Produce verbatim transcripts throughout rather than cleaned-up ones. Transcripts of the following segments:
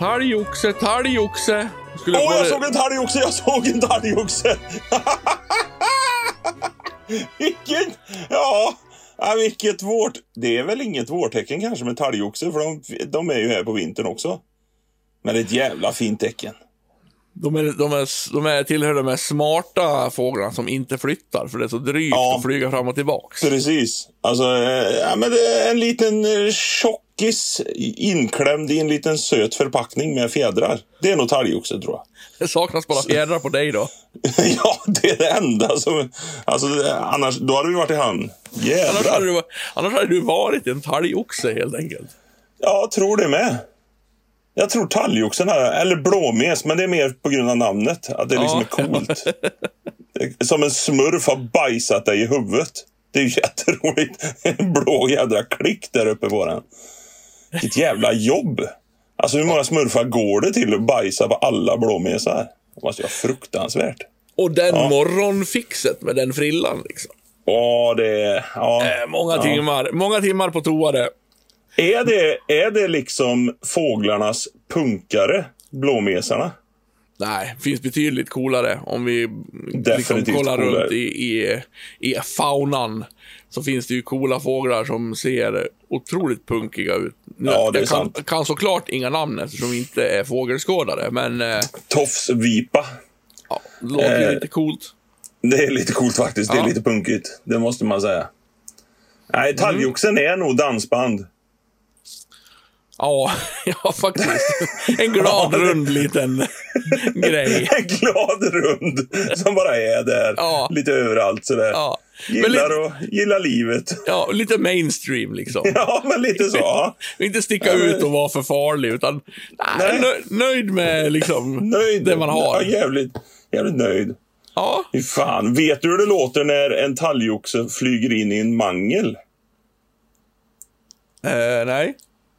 Talgoxe, talgoxe. Åh, oh, jag såg en talgoxe, jag såg en talgoxe. Vilken, ja, ja, vilket vårt. Det är väl inget vårtecken kanske med talgoxe, för de, de är ju här på vintern också. Men det är ett jävla fint tecken. De är, de är, de är tillhör de här smarta fåglarna som inte flyttar, för det är så drygt ja, att flyga fram och tillbaks. Precis. Alltså, ja, men det är en liten tjockis inklämd i en liten söt förpackning med fjädrar. Det är nog talgoxe, tror jag. Det saknas bara fjädrar på dig då. Ja, det är det enda som... Alltså, annars, då hade vi varit i hamn. Jävlar. Annars hade du, annars hade du varit en talgoxe, helt enkelt. Ja, jag tror det med. Jag tror talgoxen här, eller blåmes, men det är mer på grund av namnet. Att det liksom ja. är coolt. Som en smurf har bajsat dig i huvudet. Det är ju jätteroligt. En blå jädra klick där uppe på den. Ett jävla jobb. Alltså hur många smurfar går det till att bajsa på alla blåmesar? Det måste ju vara fruktansvärt. Och den ja. morgonfixet med den frillan liksom. Ja, det är... Ja, äh, många ja. timmar. Många timmar på toare. Är det, är det liksom fåglarnas punkare, blåmesarna? Nej, det finns betydligt coolare. Om vi liksom kollar coolare. runt i, i, i faunan, så finns det ju coola fåglar som ser otroligt punkiga ut. Ja, det är jag kan, sant. kan såklart inga namn eftersom vi inte är fågelskådare, men... Eh, Tofsvipa. Ja, det låter eh, lite coolt. Det är lite coolt faktiskt, det är ja. lite punkigt. Det måste man säga. Nej, talgoxen mm. är nog dansband. Ja, ja, faktiskt. En glad, rund liten grej. En glad, rund som bara är där. Ja. Lite överallt sådär. Ja. Gillar, lite, och, gillar livet. Ja, lite mainstream liksom. Ja, men lite så. Inte sticka ja, men... ut och vara för farlig, utan nej, nej. nöjd med liksom nöjd. Det man har. Ja, jävligt, jävligt nöjd. Ja. Fy fan. Vet du hur det låter när en talgoxe flyger in i en mangel? Uh, nej.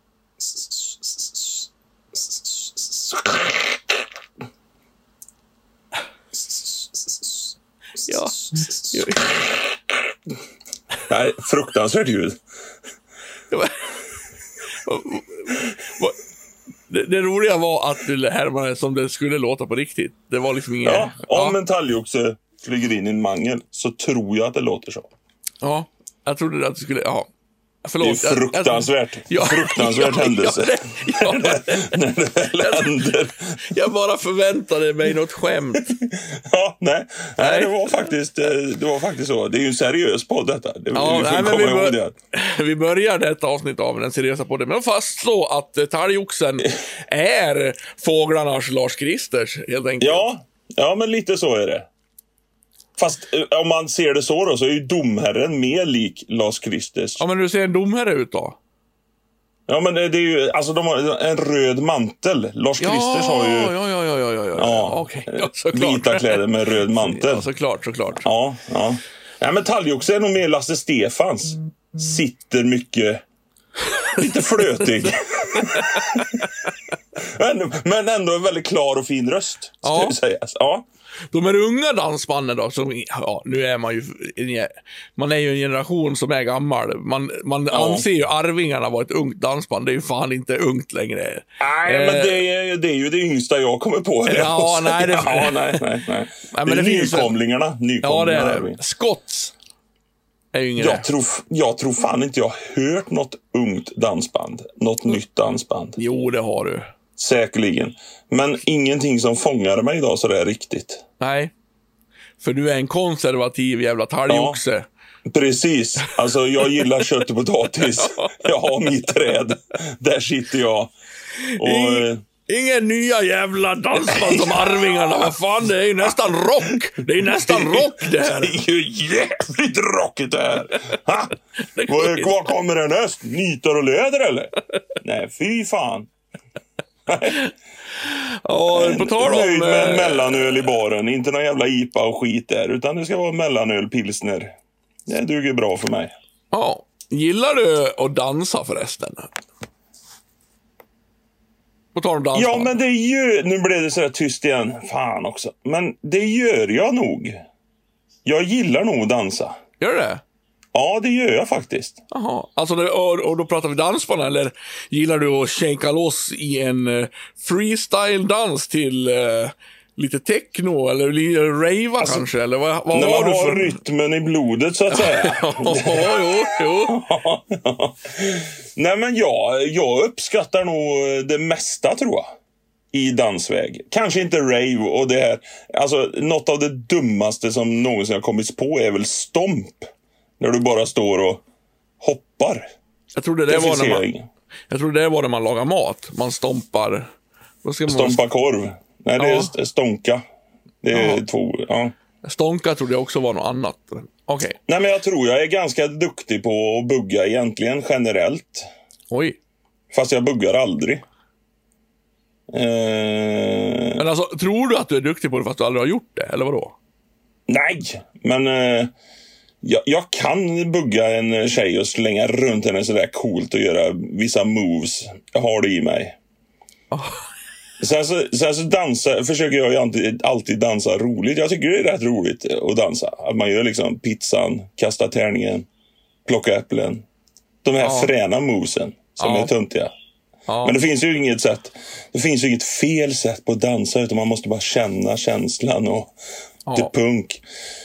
Ja. Nej, fruktansvärt ljud. Det, det roliga var att du härmade som det skulle låta på riktigt. Det var liksom inget... Ja, om ja. en talgoxe flyger in i en mangel så tror jag att det låter så. Ja, jag trodde att det skulle... Ja. Förlåt, det är fruktansvärt. Jag, jag, fruktansvärt ja, händelse. Ja, ja, när det väl händer. Jag bara förväntade mig något skämt. Ja, nej. nej. Det var faktiskt det var faktiskt så. Det är ju en seriös podd detta. Det, ja, nej, men vi, bör, det. vi börjar detta avsnitt av den seriösa podden. Men fastslå att talgoxen är fåglarnas Lars Kristers, helt enkelt. Ja, ja, men lite så är det. Fast om man ser det så då, så är ju domherren mer lik Lars Kristers. Ja, men hur ser en domherre ut då? Ja, men det är ju, alltså de har en röd mantel. Lars ja, Kristers har ju... Ja, ja, ja, ja, ja, ja. ja, okay. ja såklart. Vita kläder med röd mantel. Ja, såklart, såklart. Ja, ja. Ja, men talgoxe är nog mer Lasse Stefans. Sitter mycket... Lite flötig. men, men ändå en väldigt klar och fin röst, ska ja. sägas. Ja. De är unga dansbanden då, som, ja, nu är man ju man är ju en generation som är gammal. Man, man ja. anser ju Arvingarna var ett ungt dansband. Det är ju fan inte ungt längre. Nej, eh, men det är, det är ju det yngsta jag kommer på. Ja, nej, det, ja, nej, nej, nej. nej men det, det är nykomlingarna. nykomlingarna. Ja, det är det. Scotts är ju ingen jag tror, jag tror fan inte jag har hört något ungt dansband. Något mm. nytt dansband. Jo, det har du. Säkerligen. Men ingenting som fångar mig idag så det är riktigt. Nej. För du är en konservativ jävla talgoxe. Ja, precis. Alltså jag gillar kött och potatis. Jag har mitt träd. Där sitter jag. Och, Ing, ingen nya jävla dansband som Arvingarna. Vad fan, det är ju nästan rock. Det är nästan rock det här. Det är ju jävligt rockigt det här. Ha? Vad, vad kommer det näst? Nitar och löder eller? Nej, fy fan. Ja, på tal om... Nöjd med en mellanöl i baren. Inte någon jävla I P A och skit där. Utan det ska vara mellanöl, pilsner. Det duger bra för mig. Ja, gillar du att dansa förresten? På tal om dansa. Ja, men det gör... Nu blev det så här tyst igen. Fan också. Men det gör jag nog. Jag gillar nog att dansa. Gör det? Ja, det gör jag faktiskt. Jaha, alltså det, och, och då pratar vi dansband, eller gillar du att shaka loss i en uh, freestyle-dans till uh, lite techno, eller lite rave alltså, kanske, eller vad, vad när har man du för... har rytmen i blodet, så att säga. Ja, jo, jo. Nej, men jag, jag uppskattar nog det mesta, tror jag, i dansväg. Kanske inte rave och det här. Alltså, något av det dummaste som någonsin har kommit på är väl stomp. När du bara står och hoppar. Jag trodde det, det var när man, jag trodde det var när man lagar mat. Man stompar. Vad ska man... Stompa korv. Nej, det ja. är stonka. Det är ja. två, ja. Stonka trodde jag också var något annat. Okej. Okay. Nej, men jag tror jag är ganska duktig på att bugga egentligen, generellt. Oj. Fast jag buggar aldrig. Eh... Men alltså, tror du att du är duktig på det fast du aldrig har gjort det? Eller vadå? Nej, men... Eh... Jag, jag kan bugga en tjej och slänga runt henne sådär coolt och göra vissa moves. Jag har det i mig. Oh. Sen, så, sen så dansa, försöker jag ju alltid, alltid dansa roligt. Jag tycker det är rätt roligt att dansa. Att man gör liksom pizzan, kasta tärningen, plocka äpplen. De här oh. fräna movesen som oh. är töntiga. Oh. Men det finns ju inget sätt. Det finns ju inget fel sätt på att dansa, utan man måste bara känna känslan och oh. det punk.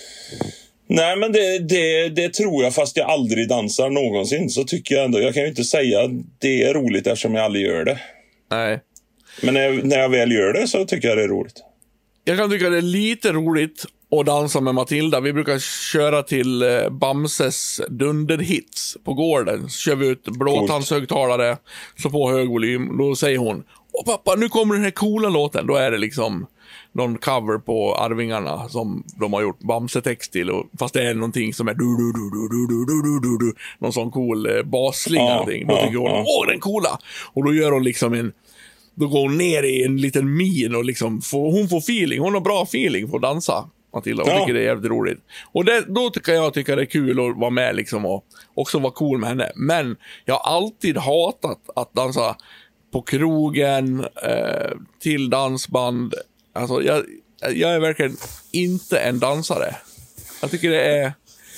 Nej, men det, det, det tror jag, fast jag aldrig dansar någonsin, så tycker jag ändå, jag kan ju inte säga att det är roligt eftersom jag aldrig gör det. Nej. Men när jag, när jag väl gör det så tycker jag det är roligt. Jag kan tycka det är lite roligt att dansa med Matilda. Vi brukar köra till eh, Bamses dunderhits på gården. Så kör vi ut blåtandshögtalare, så på hög volym. Då säger hon: åh pappa, nu kommer den här coola låten. Då är det liksom någon cover på Arvingarna som de har gjort Bamse-text till, och fast det är någonting som är du du du du du du du du du någon sån cool eh, bassling ja, någonting. Då tycker hon, åh den coola. Och då gör hon liksom en, då går hon ner i en liten min och liksom får, hon får feeling, hon har bra feeling för att dansa, Matilda, och ja. tycker det är jävligt roligt. Och det, då tycker jag tycker det är kul att vara med liksom, och också vara cool med henne. Men jag har alltid hatat att dansa på krogen, eh, till dansband. Alltså, jag, jag är verkligen inte en dansare. Jag tycker det är...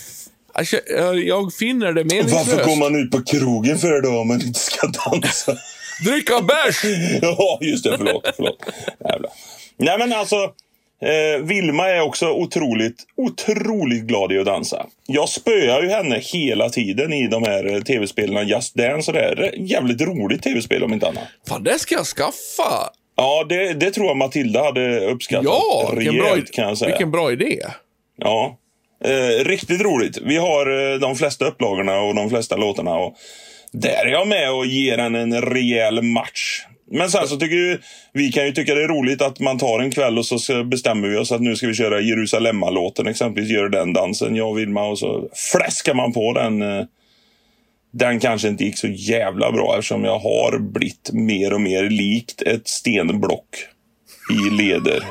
Jag, jag finner det meningslöst. Varför går man ut på krogen för då om man inte ska dansa? Dricka bärs! Ja, just det. Förlåt. förlåt. Jävlar. Nej, men alltså... Eh, Vilma är också otroligt, otroligt glad i att dansa. Jag spöar ju henne hela tiden i de här tv-spelarna Just Dance och det är jävligt roligt tv-spel om inte annat. Fan, det ska jag skaffa. Ja, det, det tror jag Matilda hade uppskattat. Ja, vilken bra, kan jag säga. Vilken bra idé. Ja, eh, riktigt roligt. Vi har eh, de flesta upplagorna och de flesta låtarna. Och där är jag med och ger henne en rejäl match. Men sen så tycker ju, vi kan ju tycka det är roligt att man tar en kväll och så bestämmer vi oss att nu ska vi köra Jerusalem-låten exempelvis. Gör den dansen, jag och Vilma, och så fläskar man på den. Eh, Den kanske inte gick så jävla bra eftersom jag har blivit mer och mer likt ett stenblock i leder.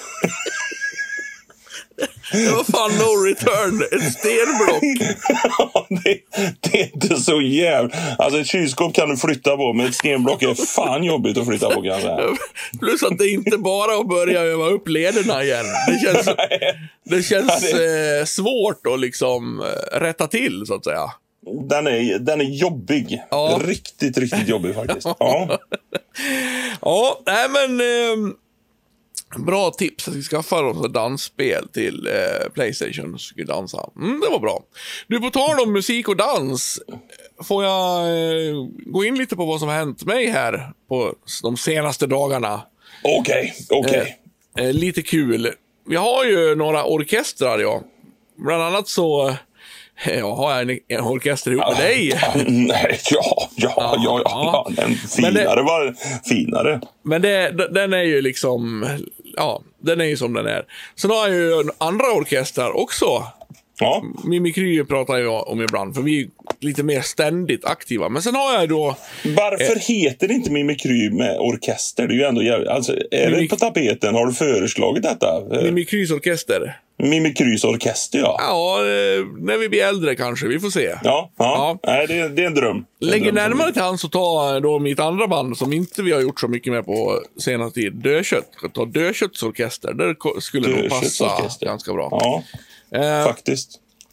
Det var fan no return. Ett stenblock. Ja, det, det är inte så jävla... Alltså ett kylskåp kan du flytta på, men ett stenblock är fan jobbigt att flytta på, kan jag säga. Plus att det inte bara att börja öva upp lederna igen. Det känns, det känns ja, det... Eh, svårt att liksom eh, rätta till, så att säga. Den är, den är jobbig. Ja. Riktigt, riktigt jobbig faktiskt. Ja, ja, nej men... Eh, bra tips att vi skaffar oss ett dansspel till eh, PlayStation och ska dansa. Mm, det var bra. Du, på tal om musik och dans, får jag eh, gå in lite på vad som har hänt mig här på de senaste dagarna. Okej, okay, okej. Okay. Eh, eh, lite kul. Vi har ju några orkestrar, ja. Bland annat så... Jag har en, en orkester ihop med dig. Nej, ja, ja, ja, ja, ja. Den finare det, var finare. Men det, den är ju liksom, ja, den är ju som den är. Sen har jag ju andra orkestrar också. Ja. Mimikry pratar jag om ibland, för vi är lite mer ständigt aktiva. Men sen har jag då... Varför eh, heter det inte Mimikry med orkester? Det är ju ändå jävligt... Alltså, är Mimik- det på tapeten? Har du föreslagit detta? Mimikrys orkester. Mimikrys orkester, ja. Ja, när vi blir äldre kanske. Vi får se. Ja, ja. ja. Nej, det, det är en dröm. Lägger närmare till hans och ta då mitt andra band som inte vi har gjort så mycket med på senaste tid. Dödkött. Ta Dödköttsorkester. Det skulle nog passa ganska bra. Ja, eh, faktiskt.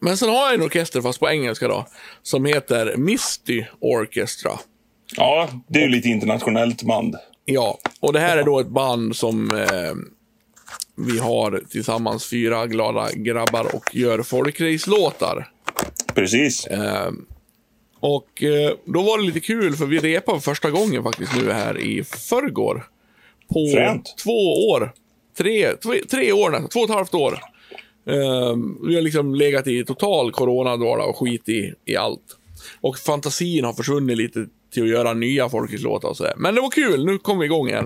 Men sen har jag en orkester, fast på engelska då, som heter Misty Orchestra. Ja, det är ju lite internationellt band. Ja, och det här är då ett band som eh, vi har tillsammans, fyra glada grabbar, och gör folkrace-låtar. Precis. Eh, och eh, då var det lite kul, för vi repade första gången faktiskt nu här i förrgår. På Fränt. två år. Tre, tre, tre år nästan, två och ett halvt år. Eh, vi har liksom legat i total coronadvala och skit i, i allt. Och fantasin har försvunnit lite till att göra nya folkrace-låtar och sådär. Men det var kul, nu kom vi igång igen.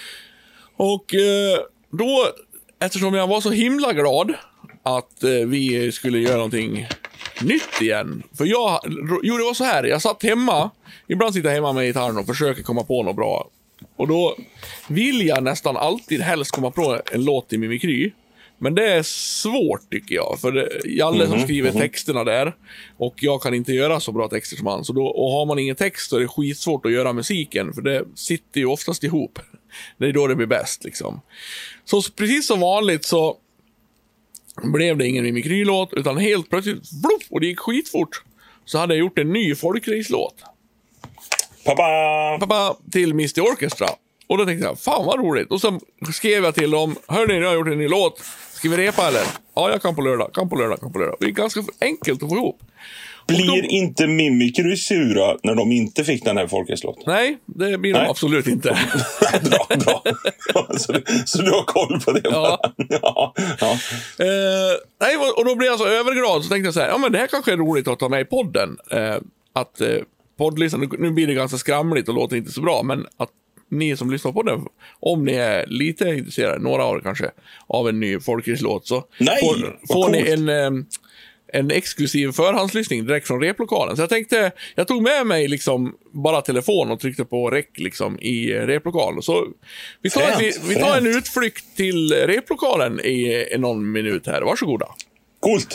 Och eh, då, eftersom jag var så himla glad att eh, vi skulle göra någonting nytt igen. För jag, jo det var så här, jag satt hemma, ibland sitter jag hemma med gitarren och försöker komma på något bra. Och då vill jag nästan alltid helst komma på en låt i Mimikry. Men det är svårt tycker jag. För det är Jalle som skriver texterna där. Och jag kan inte göra så bra texter som han. Så då, och har man ingen text så är det skitsvårt att göra musiken. För det sitter ju oftast ihop. Det är då det blir bäst liksom. Så precis som vanligt så blev det ingen Mimikry-låt. Utan helt plötsligt, bluff, och det gick skitfort. Så hade jag gjort en ny folkrace-låt. Pappa! Pappa till Misty Orchestra. Och då tänkte jag, fan vad roligt. Och så skrev jag till dem, hörni, jag har gjort en ny låt. Ska vi repa eller? Ja, jag kan på lördag, kan på lördag, kan på lördag. Det är ganska enkelt att få ihop. Blir då, inte Mimikry sura när de inte fick den här folkrace-låten? Nej, det blir de absolut inte. Bra, bra. så, du, så du har koll på det? Ja. ja, ja. Eh, nej, och då blev jag så överglad. Så tänkte jag så här, ja men det här kanske är roligt att ta med i podden. Eh, att eh, poddlistan, nu, nu blir det ganska skramligt och låter inte så bra. Men att ni som lyssnar på den, om ni är lite intresserade, några år kanske, av en ny folkrace-låt, så Nej, får, får ni en, en exklusiv förhandslyssning direkt från replokalen. Så jag tänkte, jag tog med mig liksom bara telefon och tryckte på rec liksom i replokalen. Så vi tar, fränt, vi, vi tar en utflykt till replokalen i, i någon minut här. Varsågoda. Coolt.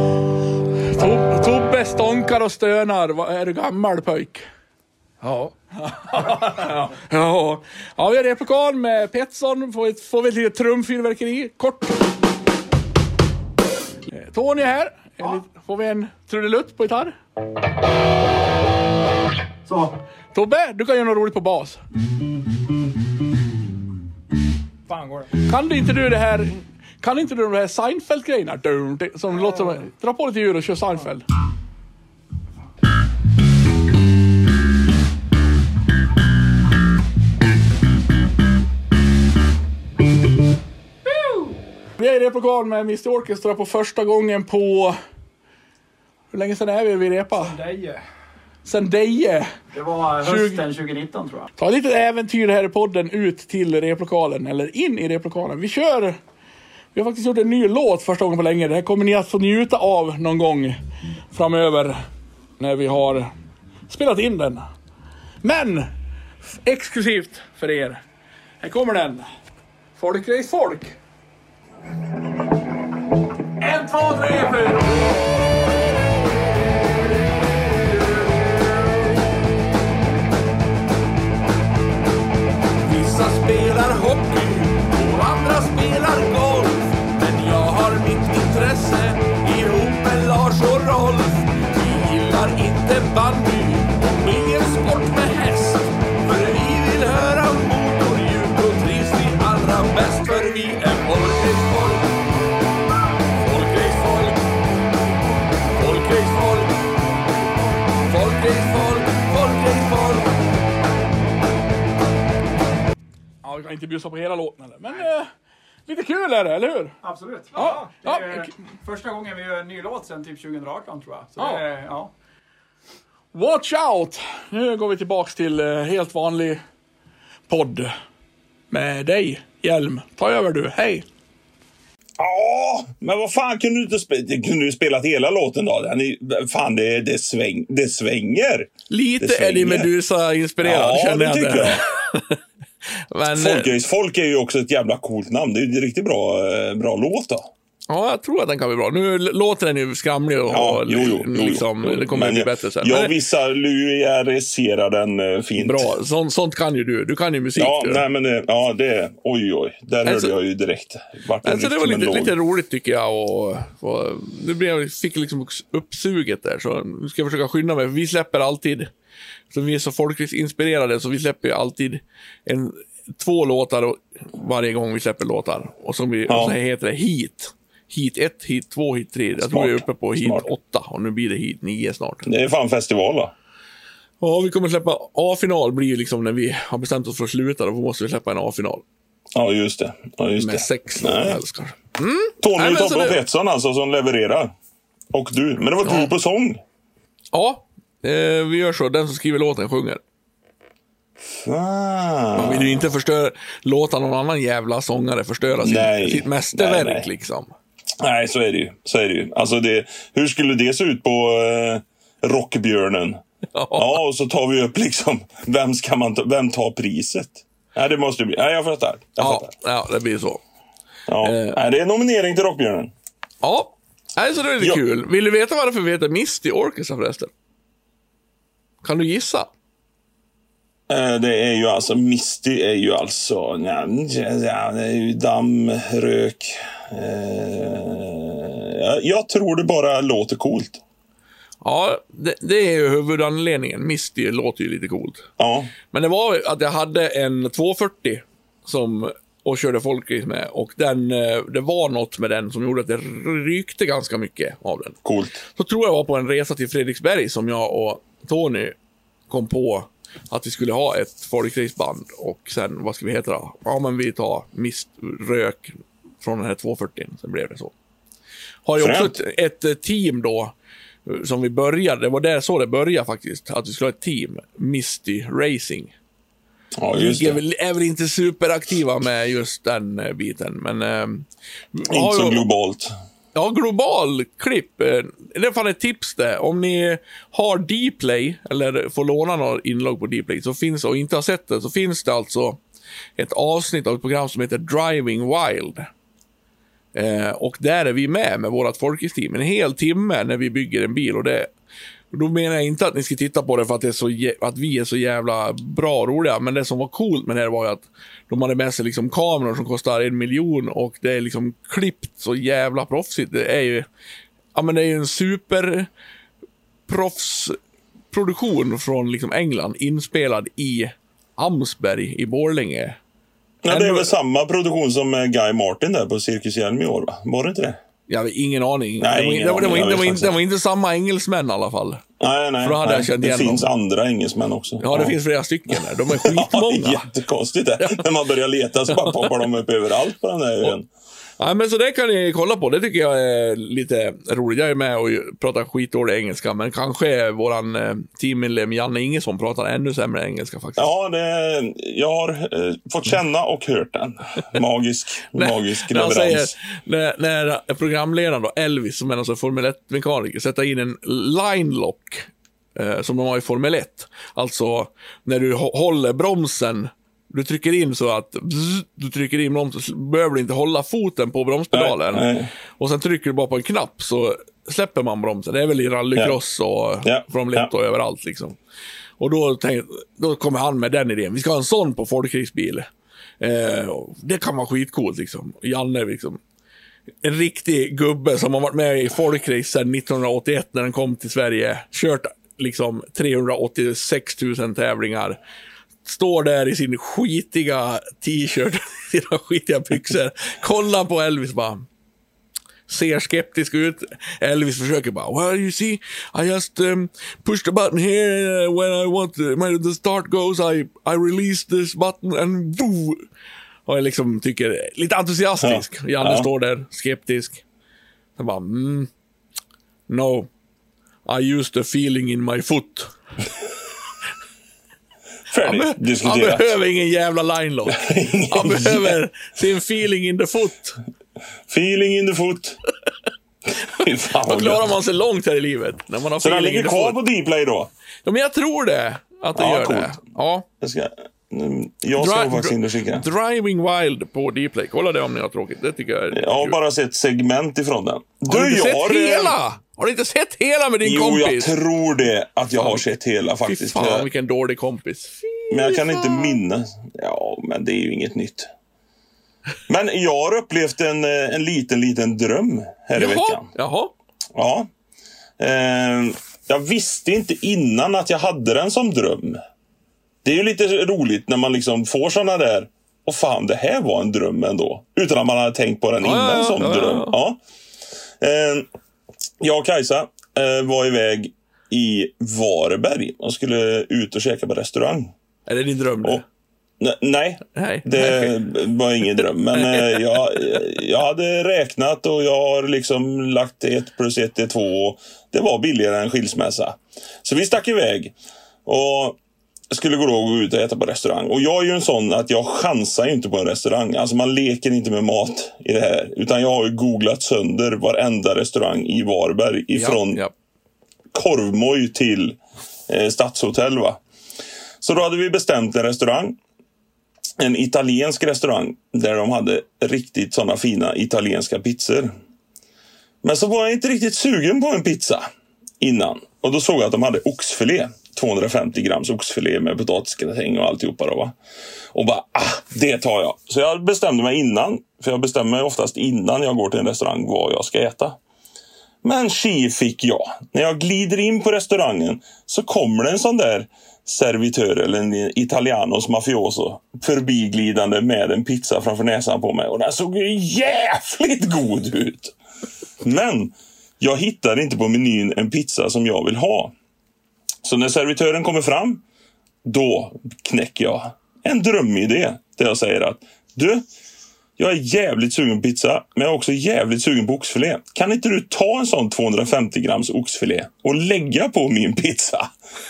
Tob- Tobbe stånkar och stönar. Vad är du gammal pojk? Ja. Ja, ja, vi har replokal med Petson. Får vi, får vi ett litet trumfyrverkeri. Kort. Tony här. Ja. Får vi en trudelutt på gitarr. Så. Tobbe, du kan göra något roligt på bas. Fan går det. Kan du inte du det här... Kan inte du de här Seinfeld-grejerna? Som låter som... Dra på lite ljud och kör Seinfeld. Vi är i replokal med Misty Orchestra på första gången på... Hur länge sedan är vi vid repa? Deje. Sen Deje. Det var hösten tjugonitton tror jag. Ta lite äventyr här i podden ut till replokalen. Eller in i replokalen. Vi kör... Vi har faktiskt gjort en ny låt första gången på länge. Det här kommer ni att få njuta av någon gång framöver. När vi har spelat in den. Men! Exklusivt för er. Här kommer den. Folkrace folk. En, två, tre, fyra. Vissa spelar hockey och andra spelar golf. Men jag har mitt intresse ihop med Lars och Rolf. Vi gillar inte bandy och ingen sport med häst. För vi vill höra motorljud och trivs vi allra bäst. För vi är folkrace-folk. Folkrace-folk. Folkrace-folk. Folkrace-folk. Folkrace-folk. Ja, vi kan inte bjussa på hela låten eller. Men eh, lite kul är det, eller hur? Absolut. Ja, Ja, det är ja. första gången vi gör en ny låt sen typ tjugoarton tror jag. Så Ja. det är, ja. Watch out! Nu går vi tillbaks till eh, helt vanlig podd. Med dig, Hjelm. Ta över du, hej! Ja, men vad fan, kunde du inte spe- kunde du spelat hela låten då? Ni, fan, det, det, sväng, det svänger. Lite det Eddie Meduza-inspirerad, ja, känner det jag. tycker jag. Men, Folkrace folk är ju också ett jävla coolt namn. Det är ju en riktigt bra, bra låt då. Ja, jag tror att den kan bli bra. Nu låter den ju skramlig och Ja, jo, jo, jo, liksom, jo. det kommer Men bli jag- bättre sen. Jag Men- visualiserar den eh, fint. Bra, sånt, sånt kan ju du. Du kan ju musik. Ja, du. nej, men det, ja, det oj, oj. Där Alltså- hörde jag ju direkt. Vart Alltså, det var rytmen lite, låg. lite roligt tycker jag. Och, och, det blev, fick liksom uppsuget där. Så nu ska jag försöka skynda mig. Vi släpper alltid, så vi är så folkligt inspirerade, så vi släpper ju alltid en, två låtar och, varje gång vi släpper låtar. Och, som vi, Ja. och så heter det Heat. Heat ett, Heat två, Heat tre. Jag tror Smart. vi är uppe på Heat Smart. åtta. Och nu blir det Heat nio snart. Det är fan festival, va? Ja, vi kommer släppa A-final. Blir ju liksom när vi har bestämt oss för att sluta. Då måste vi släppa en A-final. Ja, just det. Ja, just Med det. sex låtar Nej. helst kanske. Tony Nej, men Toppe så det- Pettersson alltså som levererar. Och du. Men det var Ja. du på sång. Ja, eh, vi gör så. Den som skriver låten sjunger. Ah. Man vill ju inte förstöra, låta någon annan jävla sångare förstöra sin, Nej. sitt mästerverk Nej, nej. liksom. Nej, så är det ju. Så är det ju. Alltså det, hur skulle det se ut på eh, Rockbjörnen? Ja. Ja, och så tar vi upp liksom, vem ska man ta, vem tar priset? Nej, det måste bli. Nej, jag fattar. Jag Ja, fattar. ja, det blir så. Ja. Eh. Nej, det är nominering till Rockbjörnen. Ja, nej, så det är lite Ja. kul. Vill du veta varför vi heter Misty Orchestra förresten? Kan du gissa? Eh, Det är ju alltså, Misty är ju alltså, ja, ja, det är ju damm, rök. Eh, jag, jag tror det bara låter coolt. Ja, det, det är ju huvudanledningen. Misty låter ju lite coolt. Ja, Men det var att jag hade en tvåhundrafyrtio som, och körde folkrace med. Och den, eh, det var något med den som gjorde att det rykte ganska mycket av den. coolt. Så tror jag var på en resa till Fredriksberg som jag och Tony kom på att vi skulle ha ett folkraceband. Och sen, vad ska vi heta då? Ja, men vi tar mist, rök från den här tvåhundrafyrtio. Sen blev det så. Har ju också Fränt. ett, ett team då som vi började. Det var där så det började faktiskt. Att vi skulle ha ett team. Misty Racing. Ja, just Vi är det. väl, är väl inte superaktiva med just den eh, biten. Men eh, Inte har så ju- globalt. Ja, global klipp. eh, Det är fan ett tips det. Om ni har Dplay eller får låna några inlogg på Dplay så finns, och inte har sett det, så finns det alltså ett avsnitt av ett program som heter Driving Wild. Eh, och där är vi med med vårt folkhistorim en hel timme när vi bygger en bil. Och det, då menar jag inte att ni ska titta på det för att, det är så, jä- att vi är så jävla bra och roliga. Men det som var coolt med det här var ju att de hade med sig liksom kameror som kostar en miljon. Och det är liksom klippt så jävla proffsigt. Det är ju, ja, men det är ju en super proffsproduktion från liksom England. Inspelad i Amsberg i Borlänge. Ja, det är Ändå- väl samma produktion som eh, Guy Martin där på Cirkus Hjelm i år, va? Var det inte det? Jag har ingen aning. Nej, det, var, ingen det, var, det, var, aning. inte- det, var, Jag vet inte, det var faktiskt inte samma engelsmän i alla fall. Nej, nej. För då hade nej. jag känt det igen finns dem. andra engelsmän också. Ja, det finns flera stycken där. De är Ja, skitmånga. jättekonstigt det. När man börjar leta så bara poppar de upp överallt på den här ön. Ja, men så det kan ni kolla på. Det tycker jag är lite roligt. Jag är med och pratar skitdålig engelska, men kanske våran eh, teammedlem Janne Ingesson pratar ännu sämre engelska faktiskt. Ja, det, jag har eh, fått känna och hört den. Magisk, magisk När han säger, leverans. när, när programledaren då, Elvis, som är alltså Formel ett-mekaniker, sätter in en line lock eh, som de har i Formel ett. Alltså, när du hå- håller bromsen, du trycker in så att bzz, du trycker in bromsen, så behöver du inte hålla foten på bromspedalen. Nej, nej. Och sen trycker du bara på en knapp så släpper man bromsen. Det är väl i rallycross och Ja. Formel ett Ja. och överallt liksom. Och då, tänk, då kommer han med den idén. Vi ska ha en sån på folkracebil. Eh, och det kan vara skitcoolt liksom. Janne liksom. En riktig gubbe som har varit med i folkrace sedan nittonhundraåttioett när den kom till Sverige. Kört liksom trehundraåttiosex tusen tävlingar. Står där i sin skitiga t-shirt, sina skitiga byxor. Kollar på Elvis bara. Ser skeptisk ut. Elvis försöker bara, well you see, I just um, push the button here uh, when I want to, when the start goes I, I release this button and woo. Och jag liksom tycker, lite entusiastisk. Ja. Janne Ja. står där, skeptisk. Jag bara, mm, no, I used the feeling in my foot. Han, Färdigt be- han diskuterat. behöver ingen jävla line lock. Han behöver sin feeling in the foot. Feeling in the foot. Fy fan, Då vad klarar gött. man sig långt här i livet. När man har Så den feeling in ligger the kvar foot. på Dplay då? Ja, men jag tror det. Att det Ja, gör coolt. det. Ja. Jag ska, Jag ska Dri- faktiskt in och kika. Driving Wild på Dplay. Kolla det om ni har tråkigt. Det tycker jag är Jag har kul. bara sett segment ifrån den. Har du inte jag sett hela? Har du inte sett hela med din Jo, kompis? jag tror det. Att jag har sett hela Fy faktiskt. fan, vilken dålig kompis. Fy Men jag kan fan. inte minnas. Ja, men det är ju inget nytt. Men jag har upplevt en, en liten, liten dröm här i Jaha, veckan. jaha. Ja. Eh, jag visste inte innan att jag hade den som dröm. Det är ju lite roligt när man liksom får såna där. Och fan, det här var en dröm ändå. Utan att man hade tänkt på den innan ja, ja, som ja, dröm. ja. Ja. Eh, jag och Kajsa eh, var iväg i Varberg och skulle ut och käka på restaurang. Är det din dröm nu? Och, ne- nej, Nej. det var ingen dröm. Men eh, jag, jag hade räknat och jag har liksom lagt ett plus ett är två. Och det var billigare än skilsmässa. Så vi stack iväg och skulle gå, då gå ut och äta på restaurang. Och jag är ju en sån att jag chansar ju inte på en restaurang. Alltså man leker inte med mat i det här. Utan jag har ju googlat sönder varenda restaurang i Varberg. Ifrån Ja, ja. Korvmoj till eh, Stadshotell, va. Så då hade vi bestämt en restaurang. En italiensk restaurang. Där de hade riktigt såna fina italienska pizzor. Men så var jag inte riktigt sugen på en pizza innan. Och då såg jag att de hade oxfilé. tvåhundrafemtio grams oxfilé med potatisgratäng och alltihopa då, va. Och bara, ah, det tar jag. Så jag bestämde mig innan. För jag bestämmer mig oftast innan jag går till en restaurang vad jag ska äta. Men tji fick jag. När jag glider in på restaurangen så kommer det en sån där servitör eller en italianos mafioso förbiglidande med en pizza framför näsan på mig. Och den såg ju jävligt god ut. Men jag hittar inte på menyn en pizza som jag vill ha. Så när servitören kommer fram, då knäcker jag en drömidé. Där jag säger att, du, jag är jävligt sugen på pizza, men jag är också jävligt sugen på oxfilé. Kan inte du ta en sån tvåhundrafemtio grams oxfilé och lägga på min pizza?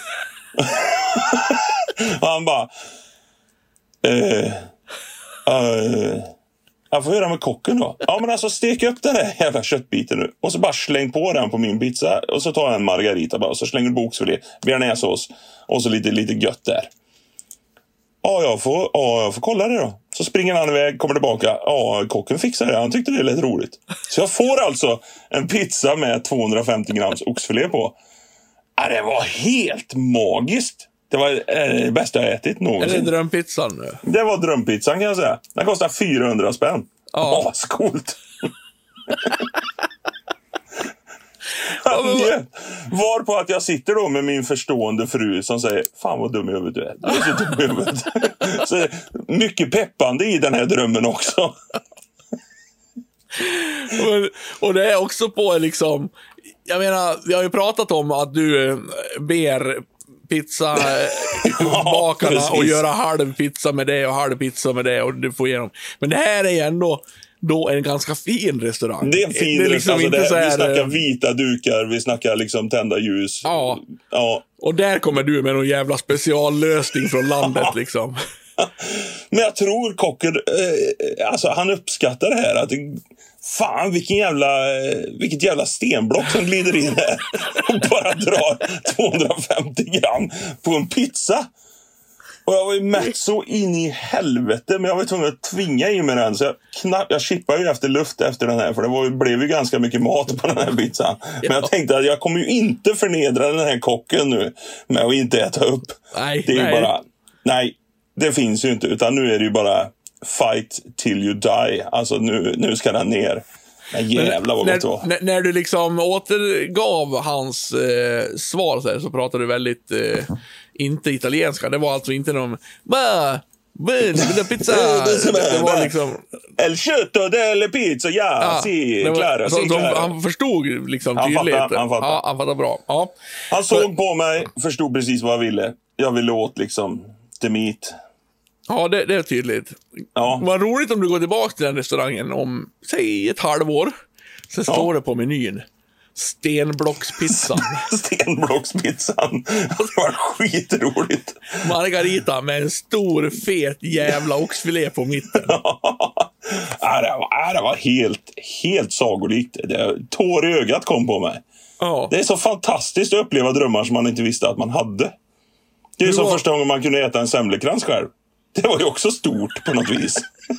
Och han bara, eh, eh, jag får höra med kocken då. Ja, men alltså stek upp den här jävla köttbiten nu. Och så bara släng på den på min pizza. Och så tar jag en margarita bara. Och så slänger du på oxfilé, bearnaisesås. Och så lite, lite gött där. Ja, jag får, ja, jag får kolla det då. Så springer han iväg, kommer tillbaka. Ja, kocken fixar det. Han tyckte det lät roligt. Så jag får alltså en pizza med tvåhundrafemtio grams oxfilé på. Ja, det var helt magiskt. Det var det bästa jag ätit någonsin. Är det drömpizzan nu? Det var drömpizzan, kan jag säga. Den kostar fyrahundra spänn. Ja. Ascoolt. Det var på att jag sitter då med min förstående fru som säger, fan vad dum i huvudet du är. Du är så dum i huvudet. Så mycket peppande i den här drömmen också. och, och det är också på liksom, jag menar, vi har ju pratat om att du ber pizza bakarna ja, och göra halv pizza med det och halv pizza med det och du får igenom. Men det här är ju ändå då en ganska fin restaurang. Det är en fin det är liksom liksom alltså inte det, så här, vi snackar vita dukar, vi snackar liksom tända ljus. Ja. Ja. Och där kommer du med någon jävla speciallösning från landet liksom. Men jag tror kocken, eh, alltså han uppskattar det här. Att det, fan vilken jävla, eh, vilket jävla stenblock som glider in här. Och bara drar tvåhundrafemtio gram på en pizza. Och jag var ju mätt så in i helvete. Men jag var tvungen att tvinga i mig den. Så jag, knapp, jag chippade ju efter luft efter den här. För det var, blev ju ganska mycket mat på den här pizzan. Men jag tänkte att jag kommer ju inte förnedra den här kocken nu. Med att inte äta upp. Nej, det är nej. ju bara, nej. Det finns ju inte, utan nu är det ju bara fight till you die. Alltså nu, nu ska den ner. Men jävlar vad gott det var. När, när du liksom återgav hans eh, svar så, här, så pratade du väldigt eh, inte italienska. Det var alltså inte någon bah, bah, pizza. Det var liksom El kötto delle pizza, ja, ja, si, det var- klara, så, si, så, klara. han förstod liksom Han tydligt. fattar, han fattar. Ja, han fattar bra. Ja. Han såg på mig, förstod precis vad jag ville. Jag ville åt liksom the meat. Ja, det, det är tydligt. Ja. Vad roligt om du går tillbaka till den restaurangen om, säg, ett halvår. Så står det på menyn. Stenblockspizzan. Stenblockspizzan. Det var skitroligt. Margarita med en stor, fet jävla oxfilé på mitten. Ja, det var, det var helt, helt sagolikt. Det, tår i ögat kom på mig. Ja. Det är så fantastiskt att uppleva drömmar som man inte visste att man hade. Det är ju som var- första gången man kunde äta en semlekrans själv. Det var ju också stort på något vis.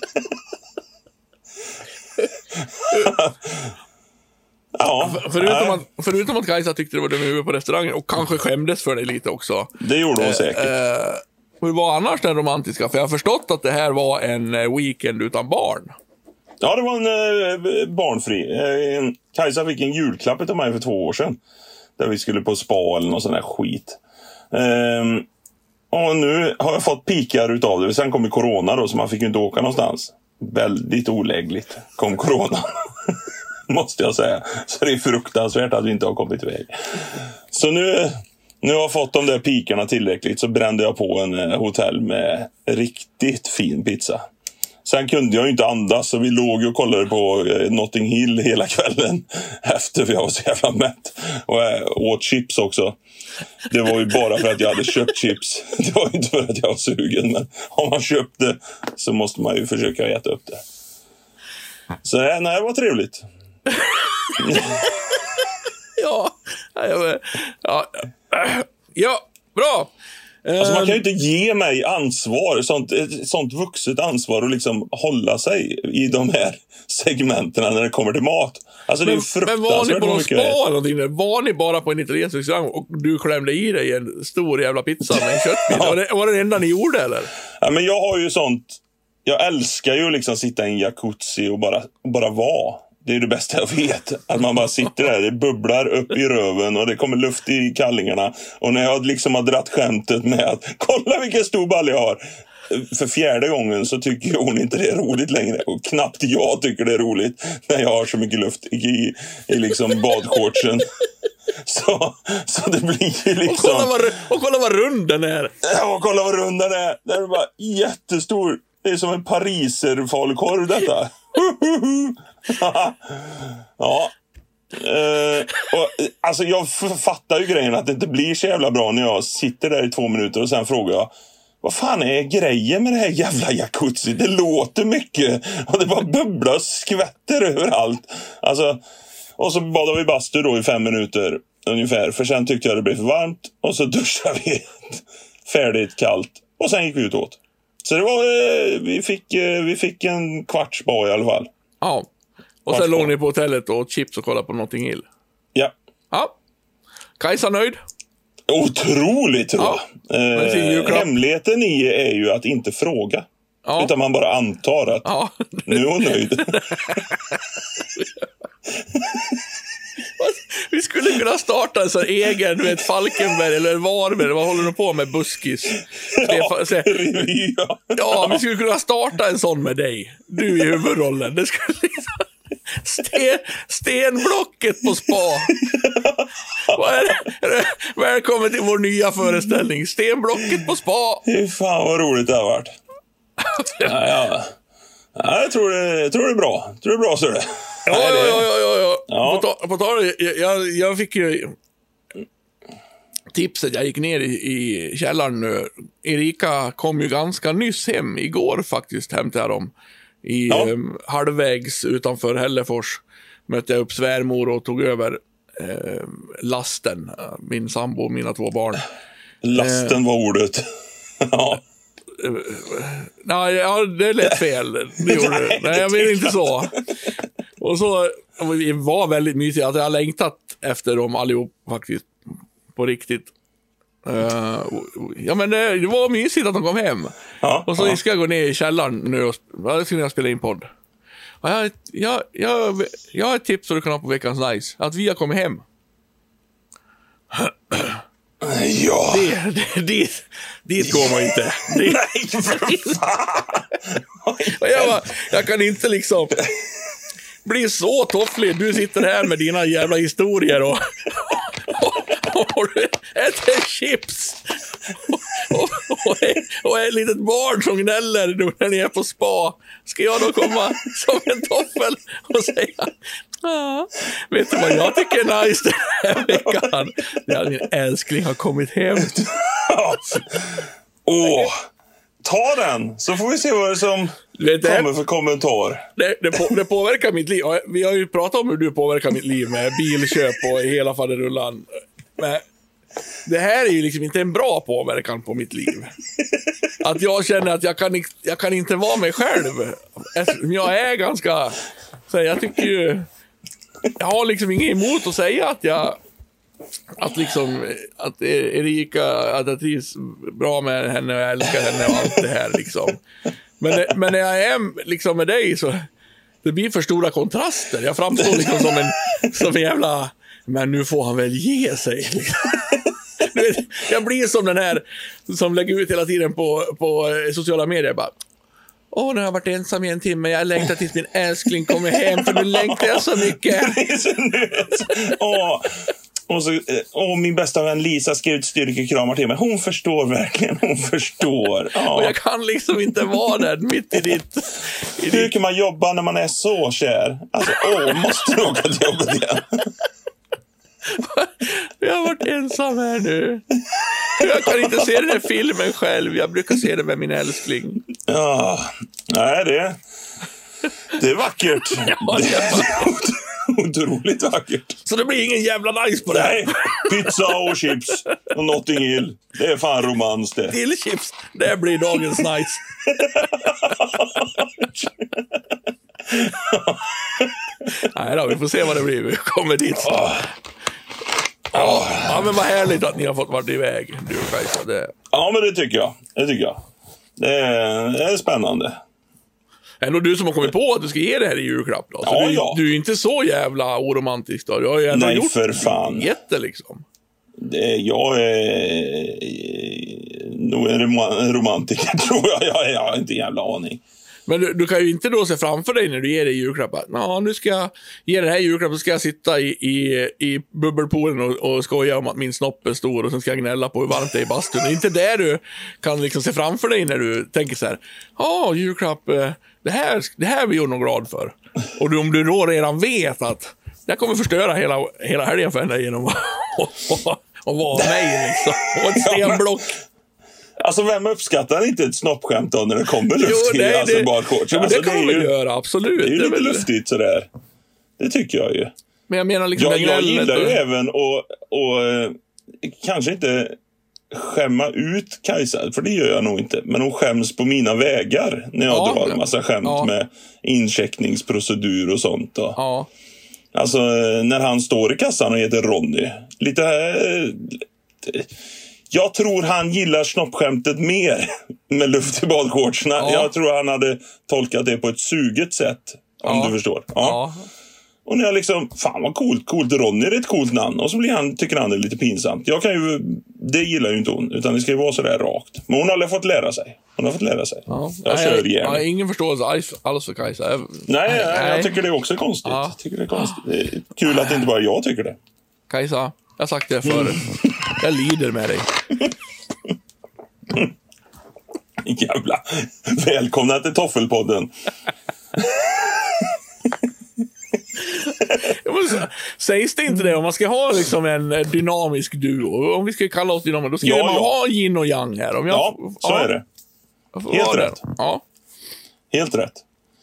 Ja, förutom, att, förutom att Kajsa tyckte det var dum i huvudet på restaurangen och kanske skämdes för det lite också. Det gjorde hon säkert. Eh, hur var annars den romantiska? För jag har förstått att det här var en weekend utan barn. Ja, det var en eh, barnfri. Eh, Kajsa fick en julklapp till mig för två år sedan. Där vi skulle på spa eller någon sån där skit. Eh, och nu har jag fått pikar utav det. Sen kom ju corona då, så man fick ju inte åka någonstans. Väldigt olägligt kom corona. Måste jag säga. Så det är fruktansvärt att vi inte har kommit iväg. Så nu, nu har jag fått de där pikarna tillräckligt, så brände jag på en eh, hotell med riktigt fin pizza. Sen kunde jag ju inte andas, så vi låg och kollade på eh, Notting Hill hela kvällen efter vi var så jävla mätt. Och jag åt chips också. Det var ju bara för att jag hade köpt chips. Det var ju inte för att jag var sugen, men om man köpte så måste man ju försöka äta upp det. Så nej, det var trevligt. ja, ja, ja, ja, bra. Alltså man kan ju inte ge mig ansvar, sånt, sånt vuxet ansvar, och liksom hålla sig i de här segmenten när det kommer till mat. Alltså det är fruktansvärt. Men var ni på någon mycket spa eller någonting? Var ni bara på en italiensk restaurang och du klämde i dig en stor jävla pizza med en köttbit? ja. Var det, var det enda ni gjorde eller? Ja, men jag har ju sånt. Jag älskar ju liksom sitta i en jacuzzi och bara, bara vara. Det är det bästa jag vet. Att man bara sitter där, det bubblar upp i röven och det kommer luft i kallingarna. Och när jag liksom har dratt skämtet med att kolla vilken stor ball jag har, för fjärde gången så tycker hon inte det är roligt längre. Och knappt jag tycker det är roligt när jag har så mycket luft i, i, i liksom badshortsen. Så, så det blir ju liksom... Och kolla vad, och kolla vad rund den är. Ja, och kolla vad rund den är. Den är bara jättestor. Det är som en pariser falukorv detta. ja. Uh, och, alltså jag fattar ju grejen att det inte blir så jävla bra när jag sitter där i två minuter och sen frågar jag: vad fan är grejen med det här jävla jacuzzi? Det låter mycket och det bara bubblar och skvätter överallt. Alltså, och så badade vi bastu då i fem minuter ungefär, för sen tyckte jag det blev för varmt. Och så duschade vi färdigt kallt och sen gick vi ut åt. Så det var, vi fick, vi fick en kvarts spa i alla fall. Ja, och sen låg ni på hotellet och chips och kollade på Notting Hill. Ja. Ja. Kajsa nöjd? Otroligt, tror jag. Ja. Eh, hemligheten i är ju att inte fråga. Ja. Utan man bara antar att ja. Nu är hon nöjd. Vi skulle kunna starta en sån egen, du vet, Falkenberg eller Varberg. Vad håller du på med? Buskis. Ja, så, ja. ja, vi skulle kunna starta en sån med dig. Du i huvudrollen. Det skulle liksom... Sten, stenblocket på spa. Vad är det? Välkommen till vår nya föreställning. Stenblocket på spa. Fy fan vad roligt det har varit. ja, ja. Ja, jag tror det, jag tror det är bra. Jag tror det är bra, så det. Ja, ja, ja, ja, ja. ja. På, ta, på tal, jag, jag fick ju tipset. Jag gick ner i, i källaren nu. Erika kom ju ganska nyss hem. Igår faktiskt hämtade jag dem. I ja. um, halvvägs utanför Hällefors mötte jag upp svärmor och tog över eh, lasten. Min sambo och mina två barn. Lasten eh, var ordet. ja. Nej, ja, det lät fel. Det gjorde nej, nej, jag vill inte så. Och så vi var väldigt mysiga. Att jag har längtat efter dem allihop faktiskt. På riktigt. Uh, ja, men det, det var mysigt att de kom hem. Ja, och så ja. Ska jag gå ner i källaren nu och ja, ska jag spela in podd. Och jag, jag, jag, jag har ett tips som du kan ha på veckans nice. Att vi har kommit hem. Ja. Det, det, dit, dit går man inte. Det, nej, för fan. Och jag, bara, jag kan inte liksom bli så tofflig. Du sitter här med dina jävla historier och, och, och äter chips och, och, och, är, och är ett litet barn som gnäller när ni är på spa. Ska jag då komma som en toffel och säga: ja, vet du vad jag tycker är nice den här veckan? Det är min älskling har kommit hem. Åh, ta den så får vi se vad det som vet kommer det, för kommentar. Det, det, på, det påverkar mitt liv. Vi har ju pratat om hur du påverkar mitt liv med bilköp och hela faderullan. Men det här är ju liksom inte en bra påverkan på mitt liv. Att jag känner att jag kan, jag kan inte vara mig själv. Eftersom jag är ganska... Så jag tycker ju... Jag har liksom inget emot att säga att jag... Att liksom... Att Erika... Att jag trivs bra med henne och jag älskar henne och allt det här liksom. Men, men när jag är liksom med dig så... Det blir för stora kontraster. Jag framstår liksom som en... Som en jävla... Men nu får han väl ge sig. Jag blir som den här som lägger ut hela tiden på, på sociala medier. Bara, åh, nu har jag varit ensam i en timme. Jag längtar tills min älskling kommer hem. För nu längtar jag så mycket. Åh, och så, åh, min bästa vän Lisa skrev ut styrkekramar till mig. Hon förstår verkligen. Hon förstår. Ja. Och jag kan liksom inte vara där mitt i ditt... I Hur ditt... kan man jobba när man är så kär? Alltså, åh, måste du åka till jobbet igen? Jag har varit ensam här nu. Jag kan inte se den här filmen själv. Jag brukar se den med min älskling. Ja, nej det Det är vackert. Ja, det är otroligt vackert. Så det blir ingen jävla nice på det här. Nej, pizza och chips och Notting Hill. Det är fan romans det. Till chips, det blir dagens nice. Nej då, vi får se vad det blir. Vi kommer dit. Oh. Ja, ja, men vad härligt att ni har fått varit iväg. Du, Kajsa, det... Ja, men det tycker jag. Det tycker jag. Det är, det är spännande. Det är nog du som har kommit på att du ska ge det här i julklapp då. Så ja, du, ja. du är inte så jävla oromantisk då. Du har ju ändå Nej, gjort för fan. jätte liksom. Det, jag är nog en romantiker, tror jag. Jag, jag har inte en jävla aning. Men du, du kan ju inte då se framför dig när du ger dig julklapp att ja, nu ska jag ge det här julklapp, så ska jag sitta i, i, i bubbelpoolen och, och skoja om att min snopp är stor och sen ska jag gnälla på hur varmt det är i bastun. Det är inte det du kan liksom se framför dig när du tänker så här, ja, julklapp, det här, det här blir jag nog glad för. Och du, om du då redan vet att jag kommer förstöra hela, hela helgen för henne genom att och vara mig liksom. Och ett stenblock. Alltså, vem uppskattar inte ett snoppskämt då när det kommer luft jo, till nej, alltså, det, badshorts? Ja, alltså, det kan man väl göra, absolut. Det är ju det är lite väl... luftigt sådär. Det tycker jag ju. Men jag menar liksom... Jag, jag gillar ju och... även att och, eh, kanske inte skämma ut Kajsa, för det gör jag nog inte. Men hon skäms på mina vägar när jag ja, drar en massa skämt ja. med incheckningsprocedur och sånt. Och. Ja. Alltså, när han står i kassan och heter Ronny. Lite... Eh, Jag tror han gillar snoppskämtet mer med luft i badshortsarna. Ja. Jag tror han hade tolkat det på ett suget sätt. Om ja. du förstår. Ja. ja. Och när jag liksom, fan vad coolt, coolt Ronny är ett coolt namn. Och så blir han, tycker han det är lite pinsamt. Jag kan ju, det gillar ju inte hon. Utan det ska ju vara sådär rakt. Men hon har aldrig fått lära sig. Hon har fått lära sig. Ja. Jag nej, kör jag, igen. Jag har ingen förståelse alls för Kajsa. Jag, nej, nej, nej, jag tycker det är också konstigt. Ja. Jag tycker det är konstigt. Det är kul att inte bara jag tycker det. Kajsa, jag har sagt det förut. Jag lider med dig. Jävla. Välkomna till Toffelpodden. Sägs det inte det? Om man ska ha liksom en dynamisk duo, om vi ska kalla oss dynamisk, då ska ja, man ja. ha yin och yang här. Om jag, ja, så ja, är det. Helt rätt. Ja. Helt rätt.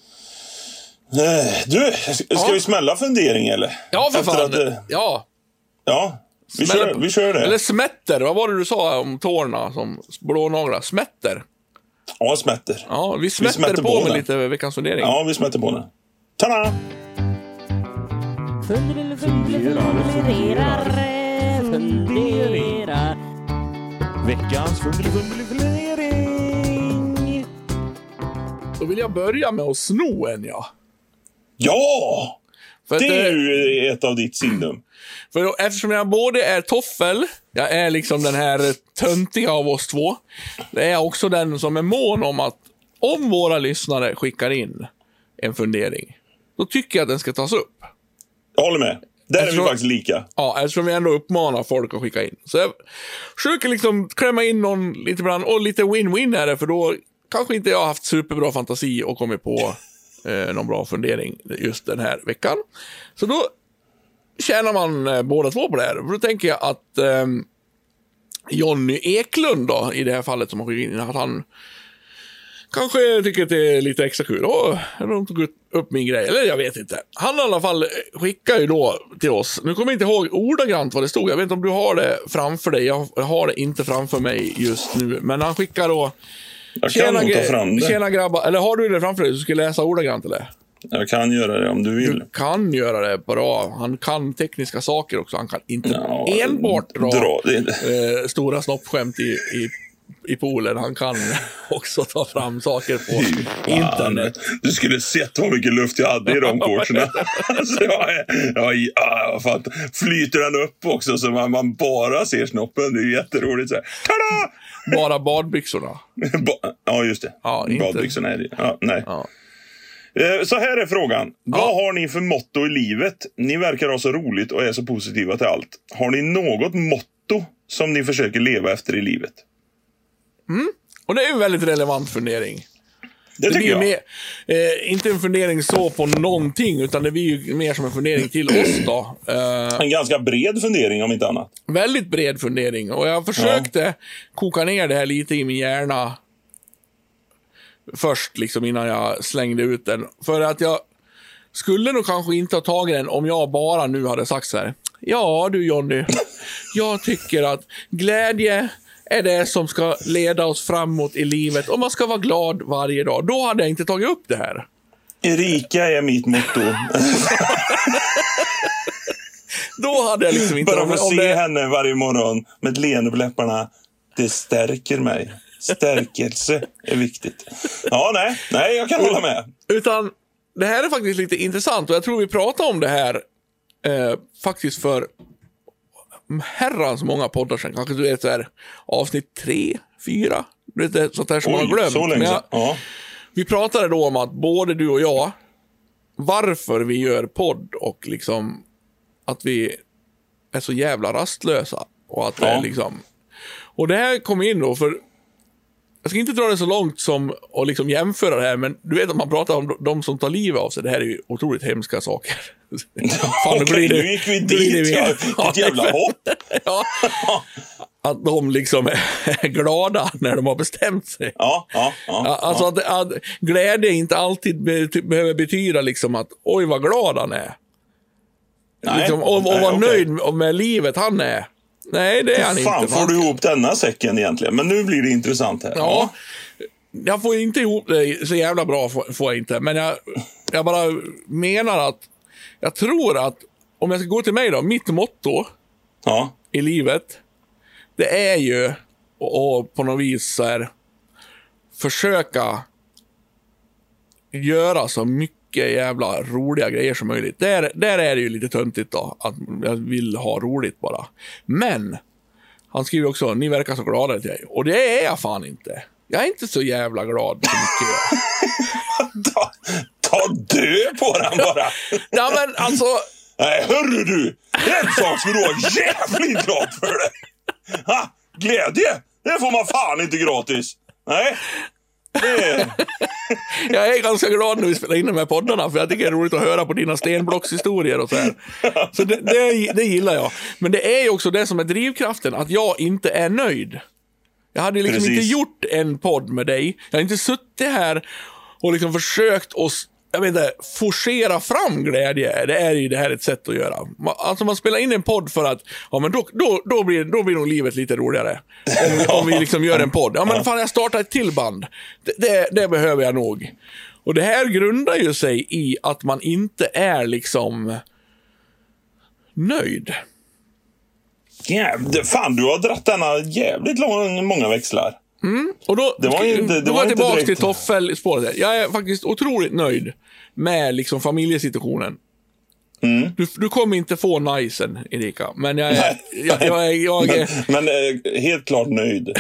Du, ska ja. vi smälla fundering eller? Ja, för Efter fan. Att, uh, ja. Ja. Vi kör, vi kör det. Eller smätter, vad var det du sa om tårna som blånaglar? Smätter? Ja, smätter. Ja, vi smätter, vi smätter på, på med lite veckans fundering. Ja, vi smätter på den. Ta-da! Funderar, funderar, funderar. Veckans fundering. Då vill jag börja med att sno en, ja. Ja! För det är ju ett av ditt signum. För då, eftersom jag både är toffel, jag är liksom den här töntiga av oss två. Det är också den som är mån om att om våra lyssnare skickar in en fundering, då tycker jag att den ska tas upp. Jag håller med. Där eftersom, är vi faktiskt lika. Ja, eftersom vi ändå uppmanar folk att skicka in. Så jag försöker liksom klämma in någon lite ibland, och lite win-win är det, för då kanske inte jag har haft superbra fantasi och kommit på eh, någon bra fundering just den här veckan. Så då tjänar man eh, båda två på det här. För då tänker jag att eh, Jonny Eklund då, i det här fallet som har skickat in, att han kanske tycker att det är lite extra kul. Åh, de tog ut, upp min grej. Eller jag vet inte. Han i alla fall skickar ju då till oss. Nu kommer jag inte ihåg ordagrant vad det stod. Jag vet inte om du har det framför dig. Jag har det inte framför mig just nu. Men han skickar då... Jag kan nog ta fram det. Tjena grabbar. Eller har du det framför dig så ska jag läsa ordagrant eller? Jag kan göra det om du vill. Du kan göra det bra. Han kan tekniska saker också. Han kan inte Ja, enbart dra, dra det. Eh, stora snoppskämt i, i, i poolen. Han kan också ta fram saker på internet. Du skulle sett hur mycket luft jag hade i de coacherna. Alltså, jag är, jag är, ja, fan, flyter den upp också så man, man bara ser snoppen. Det är jätteroligt. Så här. Tada! Bara badbyxorna. Ba- ja, just det. Ja, inte. Badbyxorna är det. Ja, nej. Ja. Så här är frågan. Ja. Vad har ni för motto i livet? Ni verkar ha så roligt och är så positiva till allt. Har ni något motto som ni försöker leva efter i livet? Mm. Och det är en väldigt relevant fundering. Det, Det tycker blir jag. mer, eh, inte en fundering så på någonting, utan det blir ju mer som en fundering till oss då. Eh, En ganska bred fundering om inte annat. väldigt bred fundering. Och jag försökte koka ner det här lite i min hjärna först, liksom innan jag slängde ut den. För att jag skulle nog kanske inte ha tagit den om jag bara nu hade sagt så här. Ja du Jonny, jag tycker att glädje är det som ska leda oss framåt i livet och man ska vara glad varje dag. Då hade jag inte tagit upp det här. Erika är mitt motto. Då hade jag liksom inte... Bara få om se det, henne varje morgon med ett leende på läpparna. Det stärker mig. Stärkelse är viktigt. Ja, nej. Nej, jag kan hålla med. utan det här är faktiskt lite intressant och jag tror vi pratar om det här eh, faktiskt för herrans många poddar sedan. Kanske du vet så här, avsnitt tre, fyra. Du vet det, sånt här som man har glömt. så länge Men sedan. jag, Ja. Vi pratade då om att både du och jag, varför vi gör podd och liksom att vi är så jävla rastlösa. Och att det Ja. är liksom... Och det här kom in då, för jag ska inte dra det så långt som att liksom jämföra det här, men du vet att man pratar om de som tar livet av sig. Det här är ju otroligt hemska saker. Fan, okej, nu gick vi dit. Ja, ett jävla hopp. Ja. Att de liksom är glada när de har bestämt sig. Ja, ja, ja. Ja, alltså att, att glädje inte alltid be, behöver betyda liksom att oj vad glad han är. Nej, Liksom, och och nej, vara okej. nöjd med, med livet han är. Nej, det är han Fan, inte. får du ihop denna säcken egentligen? Men nu blir det intressant här. Ja, jag får inte ihop det så jävla bra, får, får jag inte. Men jag, jag bara menar att jag tror att om jag ska gå till mig då, mitt motto Ja. i livet, det är ju att på något vis så här, försöka göra så mycket jävla roliga grejer som möjligt. Där, där är det ju lite töntigt då, att jag vill ha roligt bara. Men han skriver också, ni verkar så glada till dig. Och det är jag fan inte. Jag är inte så jävla glad så mycket. Ta, ta död på den bara. Ja men alltså, Nej, hörru du. En sak ska du vara jävligt glad för det. Ha, glädje, det får man fan inte gratis. Nej. Det... jag är ganska glad när vi spelar in de här poddarna, för jag tycker det är roligt att höra på dina stenblockshistorier och så här. Så det, det, det gillar jag. Men det är ju också det som är drivkraften, att jag inte är nöjd. Jag hade liksom Precis. inte gjort en podd med dig. Jag har inte suttit här och liksom försökt att, jag vet inte, forcera fram glädje. Det är ju det här ett sätt att göra. Man, alltså man spelar in en podd för att, ja men då, då, då, blir, då blir nog livet lite roligare. Om vi, om vi liksom gör en podd. Ja men fan, jag startar ett till band. Det, det, det behöver jag nog. Och det här grundar ju sig i att man inte är liksom nöjd. Jävlar, fan, du har dratt denna jävligt lång, många växlar. Och då, Det var ju inte- det då var går jag inte tillbaka direkt- till Toffel-spåret. Jag är faktiskt otroligt nöjd med liksom familjesituationen. Mm. Du, du kommer inte få najsen, Erika. Men jag är, jag, jag, är, jag är... Men, men eh, helt klart nöjd.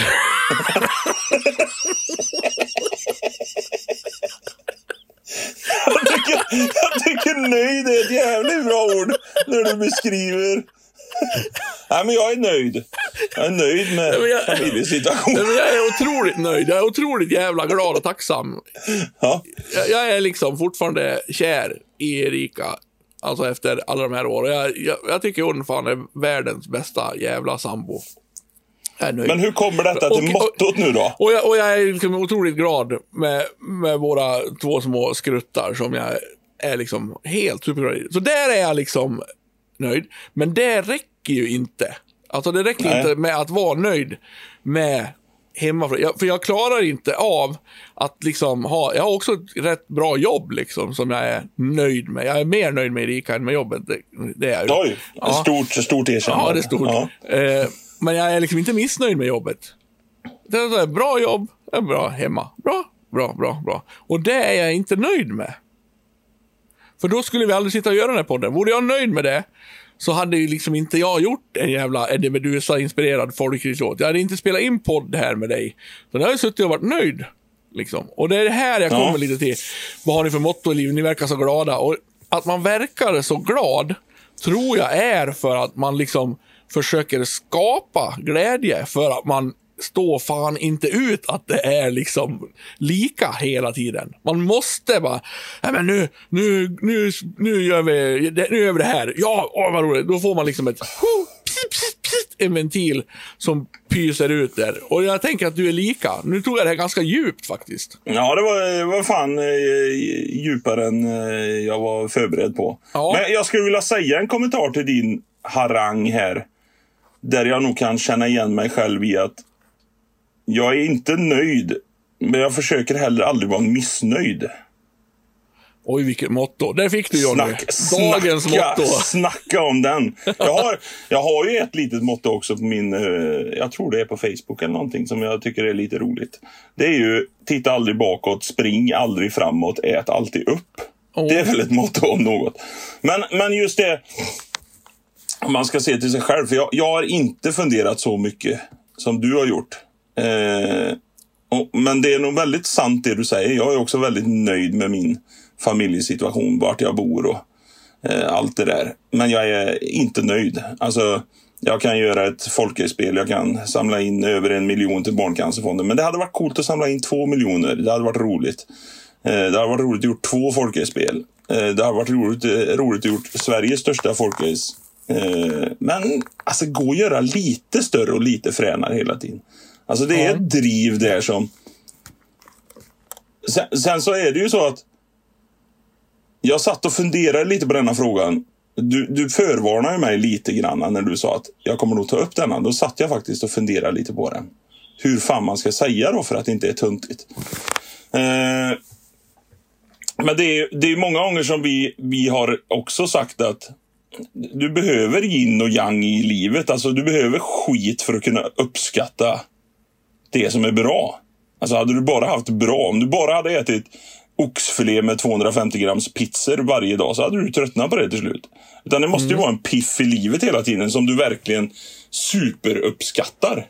jag, tycker, jag tycker nöjd är ett jävligt bra ord när du beskriver. Nej, men jag är nöjd. Jag är nöjd med men jag- familjesituationen. Men jag är otroligt nöjd. Jag är otroligt jävla glad och tacksam. Ja. Jag, jag är liksom fortfarande kär i Erika. Alltså efter alla de här åren. Jag, jag, jag tycker hon fan är världens bästa jävla sambo. Jag är nöjd. Men hur kommer detta till Och- mottot nu då? Och jag, och jag är liksom otroligt glad med, med våra två små skruttar som jag är liksom helt superbra. Så där är jag liksom nöjd. Men det räcker ju inte. Alltså det räcker Nej. inte med att vara nöjd med hemmafru. Jag, för jag klarar inte av att liksom ha, jag har också ett rätt bra jobb liksom som jag är nöjd med. Jag är mer nöjd med Erika än med jobbet. Det, det är jag ju. Oj, Ja. stort, stort erkännande. Ja, det är stort. Ja. Eh, men jag är liksom inte missnöjd med jobbet. Det är så här, bra jobb, är bra hemma. Bra, bra, bra, bra. Och det är jag inte nöjd med. För då skulle vi aldrig sitta och göra den här podden. Vore jag nöjd med det så hade ju liksom inte jag gjort en jävla Eddie Meduza-inspirerad folkrikslåt. Jag hade inte spelat in podd här med dig. Så då hade jag suttit och varit nöjd. Liksom. Och det är det här jag kommer Ja. lite till. Vad har ni för motto i livet? Ni verkar så glada. Och att man verkar så glad tror jag är för att man liksom försöker skapa glädje. För att man står fan inte ut att det är liksom lika hela tiden. Man måste bara, nej men nu, nu, nu, nu gör vi det, nu gör vi det här. Ja, åh vad roligt. Då får man liksom ett psit, psit, psit, en ventil som pyser ut där. Och jag tänker att du är lika. Nu tror jag det är ganska djupt faktiskt. Ja, det var, det var fan eh, djupare än eh, jag var förberedd på. Ja. Men jag skulle vilja säga en kommentar till din harang här. Där jag nog kan känna igen mig själv i att jag är inte nöjd, men jag försöker heller aldrig vara missnöjd. Oj, vilket motto. Där fick du, Johnny. Snack, Dagens snacka, motto. snacka om den. Jag har, jag har ju ett litet motto också på min, eh, jag tror det är på Facebook eller någonting som jag tycker är lite roligt. Det är ju, titta aldrig bakåt, spring aldrig framåt, ät alltid upp. Oh. Det är väl ett motto om något. Men, men just det, man ska se till sig själv. För jag, jag har inte funderat så mycket som du har gjort. Eh, och, men det är nog väldigt sant det du säger. Jag är också väldigt nöjd med min familjesituation, vart jag bor och eh, allt det där. Men jag är inte nöjd. Alltså, jag kan göra ett folkhögspel, jag kan samla in över en miljon till Barncancerfonden. Men det hade varit coolt att samla in två miljoner. Det hade varit roligt. Eh, det hade varit roligt att gjort två folkhögspel. Eh, det hade varit roligt, eh, roligt att gjort Sveriges största folkhögspel. Eh, men alltså gå och göra lite större och lite fränare hela tiden. Alltså det är Ja. ett driv där som... Sen, sen så är det ju så att jag satt och funderade lite på denna frågan. Du, du förvarnade mig lite grann när du sa att jag kommer nog ta upp denna. Då satt jag faktiskt och funderade lite på den. Hur fan man ska säga då för att det inte är tuntigt. Eh, men det är, det är många gånger som vi, vi har också sagt att du behöver yin och yang i livet. Alltså du behöver skit för att kunna uppskatta det som är bra. Alltså hade du bara haft bra, om du bara hade ätit oxfilé med tvåhundrafemtio grams pizzor varje dag så hade du tröttnat på det till slut. Utan det måste ju Mm. vara en piff i livet hela tiden som du verkligen superuppskattar.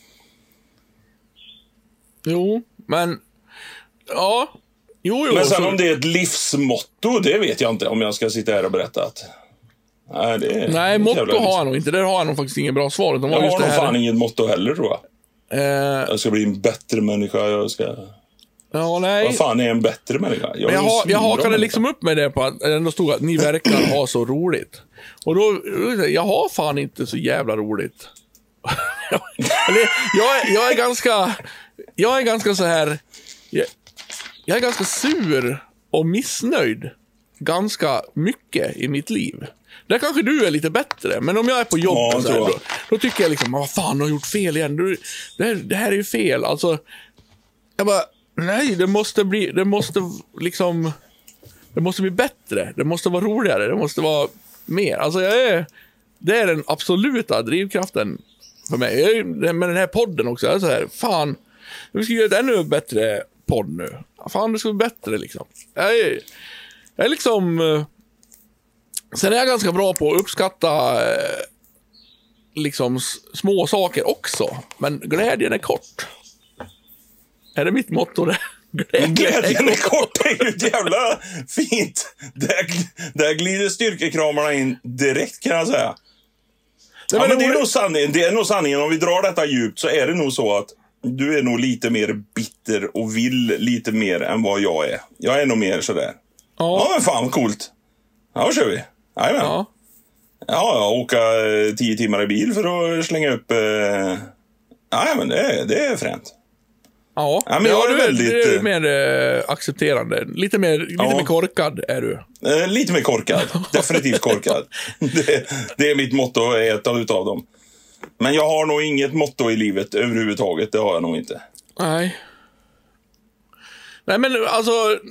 Jo, men... Ja. Jo, jo. Men sen så- om det är ett livsmotto, det vet jag inte om jag ska sitta här och berätta att... Nej, det är Nej, ett motto jävla har livs- jag nog inte. Där har jag nog faktiskt ingen bra svar. Utan Jag var just har det nog här. fan inget motto heller, tror jag. Eh, Jag ska bli en bättre människa. Jag ska... ja, nej. Vad fan är en bättre människa? Jag, Men jag, är en har, jag svinbra hakade människa. liksom upp med det på att det ändå stod att ni verkar ha så roligt. Och då, jag har fan inte så jävla roligt. Eller, jag, är, jag är ganska, jag är ganska så här, jag, jag är ganska sur och missnöjd ganska mycket i mitt liv. Där kanske du är lite bättre, men om jag är på jobb Ja, och så här, tror jag. då, då tycker jag liksom, vad fan har jag gjort fel igen? Du, det, här, det här är ju fel. Alltså, jag bara, nej, det måste bli, det måste liksom, det måste bli bättre. Det måste vara roligare. Det måste vara mer. Alltså, jag är, det är den absoluta drivkraften för mig. Jag är, med den här podden också, jag är så här, fan, vi ska göra ett ännu bättre podd nu. Fan, det ska bli bättre liksom. Jag är, jag är liksom, eh, sen är jag ganska bra på att uppskatta eh, liksom s- små saker också. Men glädjen är kort. Är det mitt motto det? Glädjen är kort, det är ju ett jävla fint. Där, där glider styrkekramarna in direkt, kan jag säga. Nej, Ja, men men det är det- nog sanningen. Det är nog sanningen. Om vi drar detta djupt så är det nog så att du är nog lite mer bitter och vill lite mer än vad jag är. Jag är nog mer sådär. Ja, Ja, men fan, coolt. Ja, då kör vi. Jajamän. Ja, ja. ja, åka eh, tio timmar i bil för att slänga upp... Eh... Ja, men det är, det är fränt. Ja, Ja, men jag ja, är du är, väldigt, du är eh, mer eh, accepterande. Lite mer, lite Ja. mer korkad är du. Eh, lite mer korkad. Definitivt korkad. Det, det är mitt motto, är ett av utav dem. Men jag har nog inget motto i livet överhuvudtaget. Det har jag nog inte. Nej. Nej, men alltså...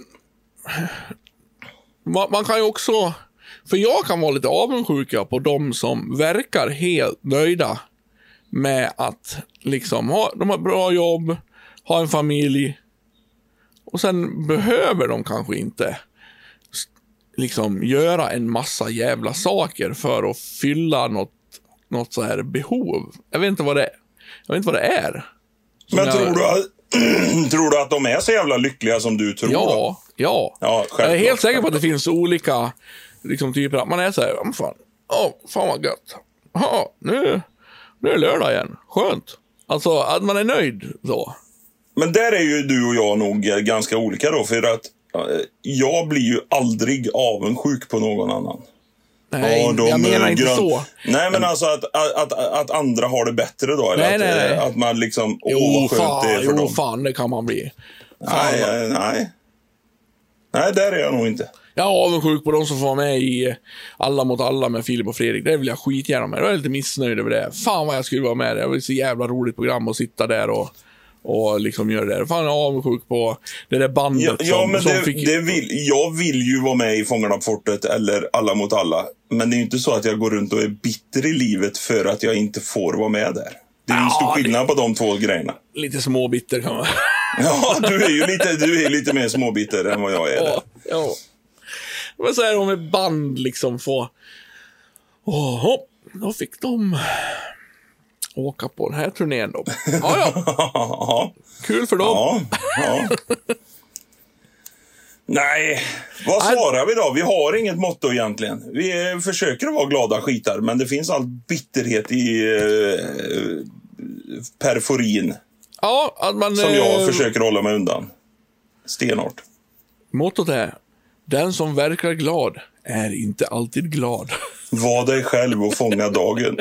Man, man kan ju också... För jag kan vara lite avundsjuk på de som verkar helt nöjda med att liksom ha, de har bra jobb, ha en familj och sen behöver de kanske inte liksom göra en massa jävla saker för att fylla något, något så här behov. Jag vet inte vad det är. Jag vet inte vad det är. Som Men jag, tror du, att, tror du att de är så jävla lyckliga som du tror? Ja, då? ja. Ja, Jag är helt självklart. säker på att det finns olika liksom, typer att man är så här, oh, fan, oh, fan vad gött. Ja, nu, nu är det lördag igen. Skönt. Alltså, att man är nöjd så. Men där är ju du och jag nog ganska olika då. För att eh, jag blir ju aldrig avundsjuk på någon annan. Nej, Ja, de, jag menar inte grön... så. Nej, men alltså att, att, att, att andra har det bättre då. Eller Nej, att, nej, nej. att man liksom, åh Jo, vad skönt fan, det är för jo, dem. fan, det kan man bli. Nej, nej, nej. Nej, där är jag nog inte. Jag är avundsjuk på de som får vara med i Alla mot alla med Filip och Fredrik. Det vill jag skitgärna med. Jag är lite missnöjd över det. Fan vad jag skulle vara med. Det var ett så jävla roligt program att sitta där och, och liksom göra det. Fan, jag är avundsjuk på det där bandet Ja, som, ja men som det, fick... det vill, jag vill ju vara med i Fångarna på fortet eller Alla mot alla. Men det är ju inte så att jag går runt och är bitter i livet för att jag inte får vara med där. Det är ju en Ja, stor skillnad på de två grejerna. Lite småbitter kan man... Ja, du är ju lite, du är lite mer småbitter än vad jag är. Ja, ja. Men så är det om ett band liksom får... Åh, då fick de åka på den här turnén då. Ja, ja. Ja, Kul för dem. ja, ja. Nej, vad svarar vi då? Vi har inget motto egentligen. Vi eh, försöker att vara glada skitar, men det finns all bitterhet i eh, perforin Ja, att man... som jag eh, försöker hålla mig undan. Stenhårt. Mottot är: den som verkar glad är inte alltid glad. Var dig själv och fånga dagen.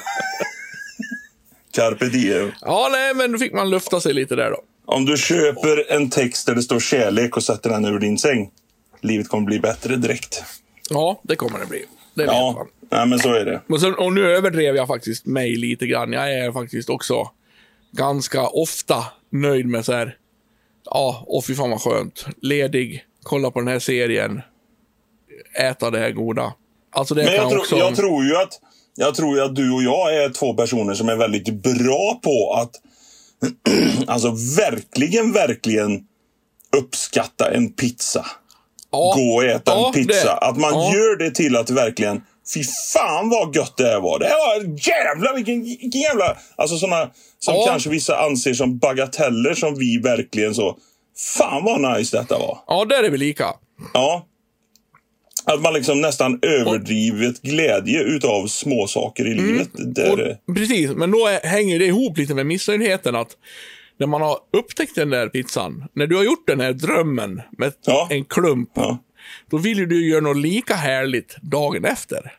Carpe diem. Ja, nej, men då fick man lufta sig lite där då. Om du köper en text där det står kärlek och sätter den över din säng, livet kommer bli bättre direkt. Ja, det kommer det bli. Det vet Ja, man. nej, men så är det. Men sen, och nu överdrev jag faktiskt mig lite grann. Jag är faktiskt också ganska ofta nöjd med så här. Ja, åh fy fan vad skönt. Ledig, kolla på den här serien, äta det här goda. Alltså det Men kan jag, tro, också... jag, tror ju att, jag tror ju att du och jag är två personer som är väldigt bra på att alltså verkligen, verkligen uppskatta en pizza. ja, Gå och äta ja, en pizza. det- Att man ja. gör det till att verkligen, fy fan vad gött det här var. Det här var jävla, vilken, vilken jävla... Alltså sådana som Ja. kanske vissa anser som bagateller som vi verkligen så... Fan vad nice detta var. Ja, där är vi lika. Ja. Att man liksom nästan överdrivet glädje utav små saker i livet. Där, Och, precis, men då är, hänger det ihop lite med missnöjdheten att när man har upptäckt den där pizzan, när du har gjort den här drömmen med Ja. en klump, Ja. då vill ju du göra något lika härligt dagen efter.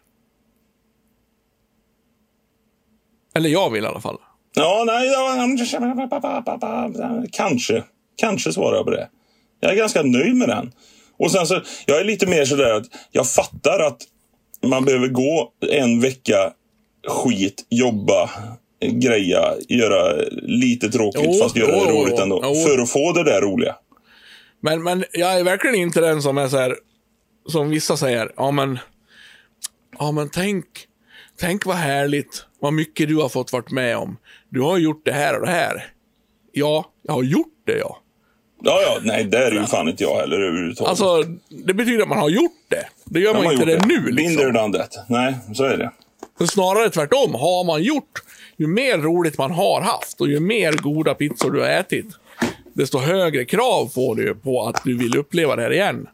Eller jag vill i alla fall. Ja, nej, ja, kanske. Kanske svarar jag på det. Jag är ganska nöjd med den. Och sen så, jag är lite mer sådär att jag fattar att man behöver gå en vecka skit, jobba, greja, göra lite tråkigt Jo, fast göra jo, det jo, roligt ändå. jo. För att få det där roliga. Men, men jag är verkligen inte den som är så här, som vissa säger, ja men, ja men tänk, tänk vad härligt, vad mycket du har fått varit med om. Du har gjort det här och det här. Ja, jag har gjort det, ja. Ja, ja, nej, det är ju fan inte jag heller överhuvudtaget. Alltså, det betyder att man har gjort det. Det gör De man har inte gjort det nu Binder liksom. done that. Nej, så är det. Men snarare tvärtom, har man gjort, ju mer roligt man har haft och ju mer goda pizzor du har ätit, desto högre krav får du på att du vill uppleva det här igen.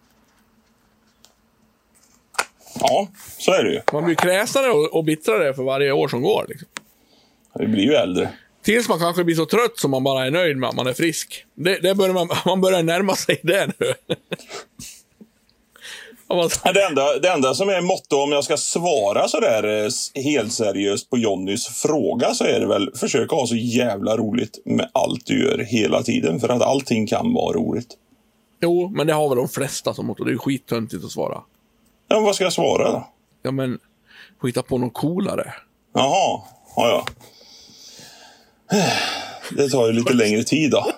Ja, så är det ju. Man blir kräsnare och, och bittrare för varje år som går. Liksom. Vi blir ju äldre. Tills man kanske blir så trött som man bara är nöjd med att man är frisk. Det, det börjar man, man börjar närma sig det nu. Bara, Det enda, det enda som är motto om jag ska svara så där eh, helt seriöst på Jonnys fråga, så är det väl försöka ha så jävla roligt med allt du gör hela tiden. För att allting kan vara roligt. jo, men det har väl de flesta som motto. Det är ju skittöntigt att svara. Ja, vad ska jag svara då? Ja, men hitta på något coolare. Jaha, ja, ja. Det tar ju lite längre tid då.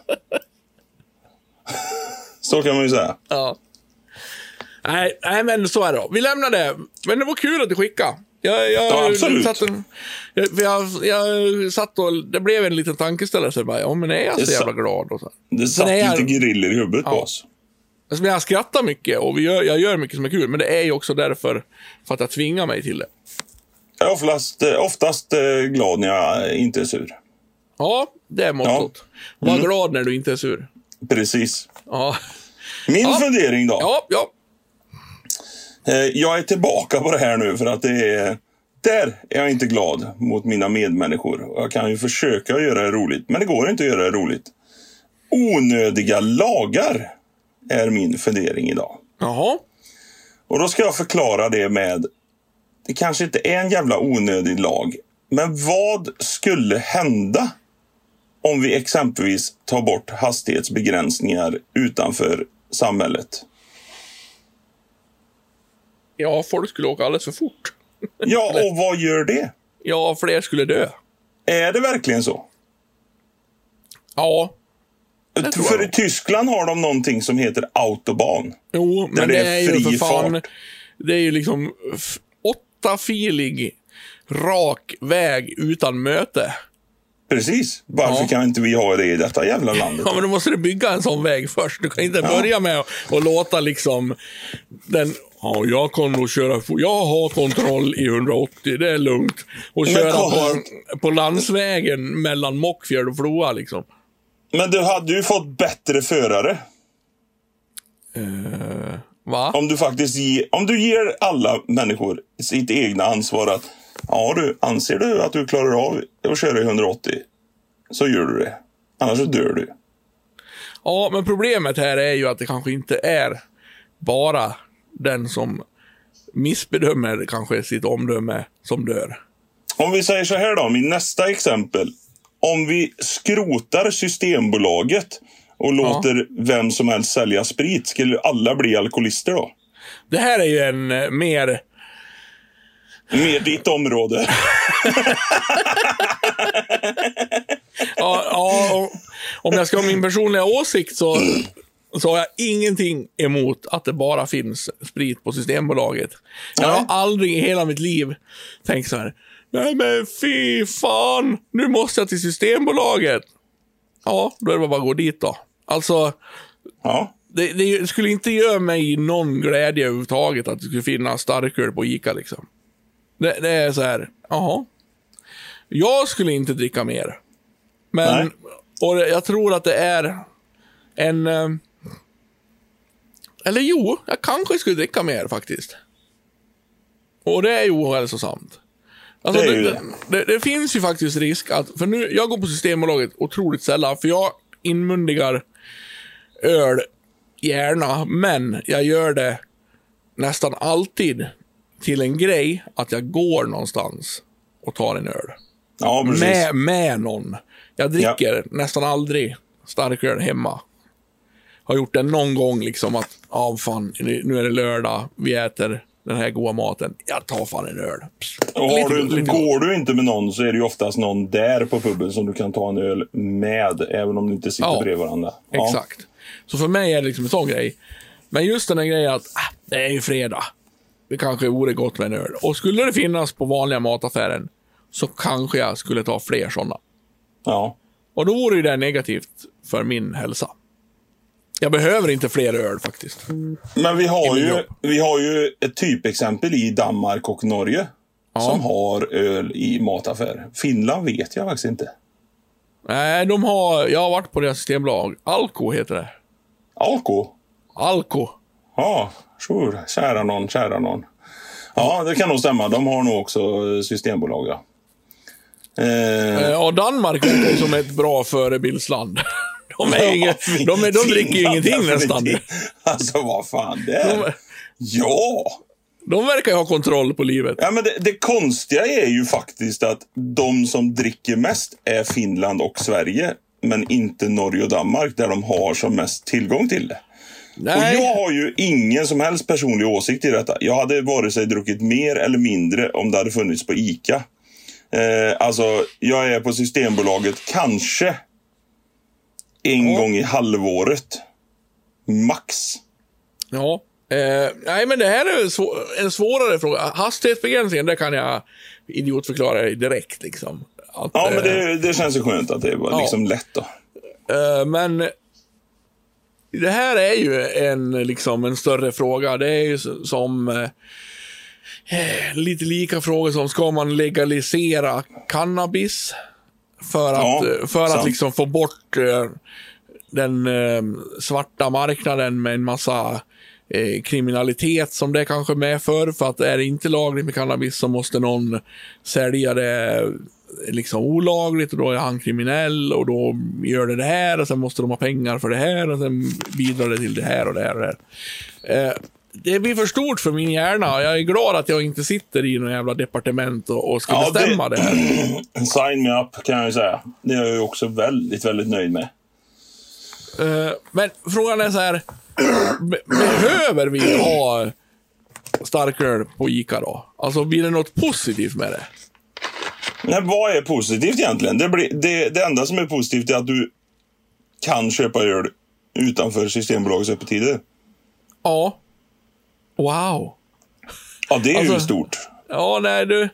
Så kan man ju säga. Ja. Nej, nej, men så är det då. Vi lämnar det. Men det var kul att du skickade. Jag, jag, Ja, absolut. Satt en, jag, för jag, jag satt och det blev en liten tankeställare. Så bara, ja, men är jag så Det jävla sa- glad? Och så. Det Sen satt är jag- lite griller i huvudet på Ja. oss. Alltså, jag skrattar mycket och vi gör, jag gör mycket som är kul. Men det är ju också därför för att jag tvingar mig till det. Jag är oftast, oftast eh, glad när jag inte är sur. Ja, det är mottot. Var Mm. glad när du inte är sur. Precis. Ja, Min Ja. fundering då. ja, ja. Eh, jag är tillbaka på det här nu för att det är... Där är jag inte glad mot mina medmänniskor. Jag kan ju försöka göra det roligt, men det går inte att göra det roligt. Onödiga lagar är min fundering idag. Jaha. Och då ska jag förklara det med... Det kanske inte är en jävla onödig lag. Men vad skulle hända om vi exempelvis tar bort hastighetsbegränsningar utanför samhället? Ja, folk skulle åka alldeles för fort. Ja, och vad gör det? Ja, fler skulle dö. Är det verkligen så? Ja, tror För jag. i Tyskland har de någonting som heter autobahn. jo, men det det är är, ju fri för fan... fart. Det är ju liksom f- åttafilig rak väg utan möte. Precis. Varför Ja. kan inte vi ha det i detta jävla landet? Ja, men då måste du bygga en sån väg först. Du kan inte börja med att och låta liksom den... Ja, jag kan nog köra... fo- Jag har kontroll i hundraåttio, det är lugnt. Och Men köra kom- på, på landsvägen mellan Mockfjärd och Floa liksom. Men du hade ju fått bättre förare. Uh, va? Om du faktiskt ge, om du ger alla människor sitt egna ansvar att ja du, anser du att du klarar av att köra i hundraåttio, så gör du det. Annars så dör du. Ja, men problemet här är ju att det kanske inte är bara den som missbedömer kanske sitt omdöme som dör. Om vi säger så här då, min nästa exempel. Om vi skrotar Systembolaget och låter vem som helst sälja sprit, skulle alla bli alkoholister då? Det här är ju en eh, mer... Mer ditt område. Ja, ja, och- om jag ska ha min personliga åsikt så, så har jag ingenting emot att det bara finns sprit på Systembolaget. Jag har Nej. aldrig i hela mitt liv tänkt så här: nej men fy fan, nu måste jag till Systembolaget. Ja, då är det bara att gå dit då. Alltså, Ja. det, det skulle inte göra mig någon glädje överhuvudtaget att det skulle finnas starköl på Ica liksom. Det, det är så här, jaha. Jag skulle inte dricka mer. Men, Nej. och det- jag tror att det är en... eh, Eller jo, jag kanske skulle dricka mer faktiskt. Och det är ju ohälsosamt. Alltså, Det är det, ju det, det, det finns ju faktiskt risk att... För nu, jag går på Systembolaget otroligt sällan, för jag inmundigar öl gärna, men jag gör det nästan alltid till en grej att jag går någonstans och tar en öl. Ja, precis. Med, med någon. Jag dricker nästan aldrig starköl hemma. Har gjort det någon gång liksom att, ja fan, nu är det lördag, vi äter den här goda maten. Jag tar fan en öl. Psst. Och har Lite- du, lite går du inte med någon så är det ju oftast någon där på puben som du kan ta en öl med, även om ni inte sitter Ja, bredvid varandra. Ja. Exakt. Så för mig är det liksom en sån grej. Men just den här grejen att, ah, det är ju fredag. Det kanske vore gott med en öl. Och skulle det finnas på vanliga mataffären så kanske jag skulle ta fler sådana. Ja. Och då vore ju det negativt för min hälsa. Jag behöver inte fler öl faktiskt. Men vi har, I min ju, jobb. vi har ju ett typexempel i Danmark och Norge som har öl i mataffär. Finland vet jag faktiskt inte. Nej, de har... Jag har varit på deras systembolag. Alko heter det. Alko? Alko. Ja, sure. Kära någon, kära någon. Ja, det kan nog stämma. De har nog också systembolag, ja. Eh, Eh, och Danmark verkar ju som ett bra förebildsland. De, är ja, inget, fin- de, är, de dricker ju Finland, ingenting nästan. definitivt. Alltså, vad fan det är. De, Ja! De verkar ju ha kontroll på livet. Ja, men det, det konstiga är ju faktiskt att de som dricker mest är Finland och Sverige. Men inte Norge och Danmark där de har som mest tillgång till det. Nej. Och jag har ju ingen som helst personlig åsikt i detta. Jag hade vare sig druckit mer eller mindre om det hade funnits på ICA. Eh, alltså, jag är på Systembolaget kanske en oh. gång i halvåret. Max. Ja. Eh, nej, men det här är svå- en svårare fråga. Hastighetsbegränsningen, det kan jag idiotförklara direkt. Liksom. Att, ja, men det, eh, det känns ju skönt att det var ja. liksom lätt då. Eh, men det här är ju en, liksom, en större fråga. Det är ju som eh, lite lika frågor som ska man legalisera cannabis för att, Ja, för sant. att liksom få bort eh, den eh, svarta marknaden med en massa eh, kriminalitet som det kanske medför. För att är det inte lagligt med cannabis så måste någon sälja det liksom olagligt och då är han kriminell och då gör det det här och sen måste de ha pengar för det här och sen bidrar det till det här och det här och det här. Eh, det blir för stort för min hjärna. Jag är glad att jag inte sitter i någon jävla departement och, och ska Ja, bestämma det, det här. Sign me up kan jag ju säga. Det är jag ju också väldigt, väldigt nöjd med. Uh, men frågan är så här, be- behöver vi ha starköl på ICA då? Alltså blir det något positivt med det? Nej, vad är positivt egentligen? Det, blir, det, det enda som är positivt är att du kan köpa öl utanför Systembolagets öppettider. Ja. Wow. Ja, det är Alltså, ju stort. Ja, nej du.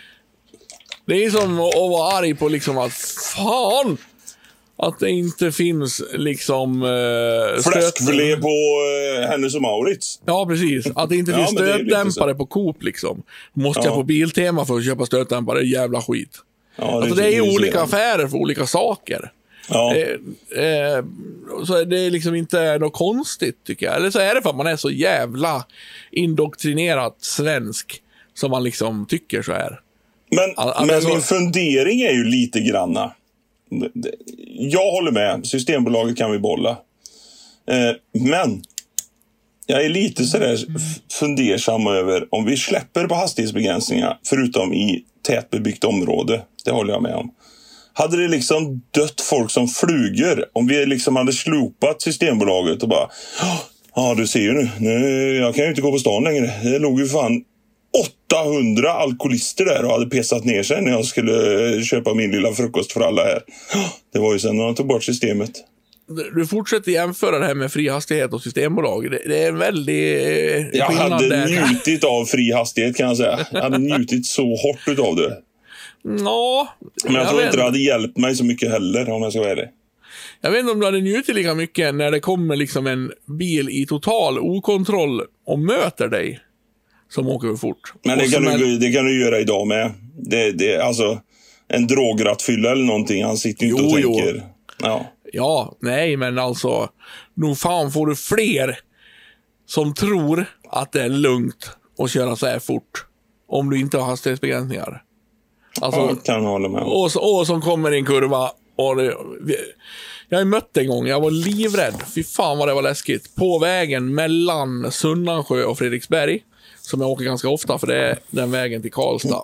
Det är som att vara arg på liksom att fan att det inte finns liksom uh, Fläskfilé på uh, Hennes och Mauritz. Ja, precis. Att det inte Ja, finns men det är lite stötdämpare så. på Coop liksom. Måste Ja. jag på Biltema för att köpa stötdämpare? Jävla skit. Ja, Alltså det är ju olika affärer för olika saker. Ja. Eh, eh, så det är liksom inte något konstigt tycker jag. Eller så är det för att man är så jävla indoktrinerat svensk som man liksom tycker så här. Men, All- all- men alltså- min fundering är ju lite granna. Det- det- Jag håller med. Systembolaget kan vi bolla. Eh, men jag är lite sådär f- fundersam över om vi släpper på hastighetsbegränsningar förutom i tätbebyggt område. Det håller jag med om. Hade det liksom dött folk som flugor om vi liksom hade slopat Systembolaget och bara ja, du ser ju nu, nu jag kan ju inte gå på stan längre. Det låg ju fan åttahundra alkoholister där och hade pissat ner sig när jag skulle köpa min lilla frukost för alla här. Det var ju sen när de tog bort systemet. Du fortsätter jämföra det här med fri hastighet och systembolag. Det, det är en väldig eh, Jag skillnad hade där. njutit av fri hastighet kan jag säga. Jag hade njutit så hårt utav det. Ja, Men jag, jag tror vet, inte det hade hjälpt mig så mycket heller om jag ska vara ärlig. jag vet inte om du hade njutit lika mycket när det kommer liksom en bil i total okontroll och möter dig som åker för fort. Men det Och kan, som du, är- det kan du göra idag med. Det, det, alltså, en drograttfylla eller någonting. Han sitter ju inte Jo, och jo. tänker. Ja. Ja, nej, men alltså, nog fan får du fler som tror att det är lugnt att köra så här fort om du inte har hastighetsbegränsningar. Alltså, Ja, kan jag hålla med om. och, så- och som kommer i en kurva. Och det, vi- jag har ju mött en gång, jag var livrädd. Fy fan vad det var läskigt. På vägen mellan Sunnansjö och Fredriksberg, som jag åker ganska ofta för det är den vägen till Karlstad.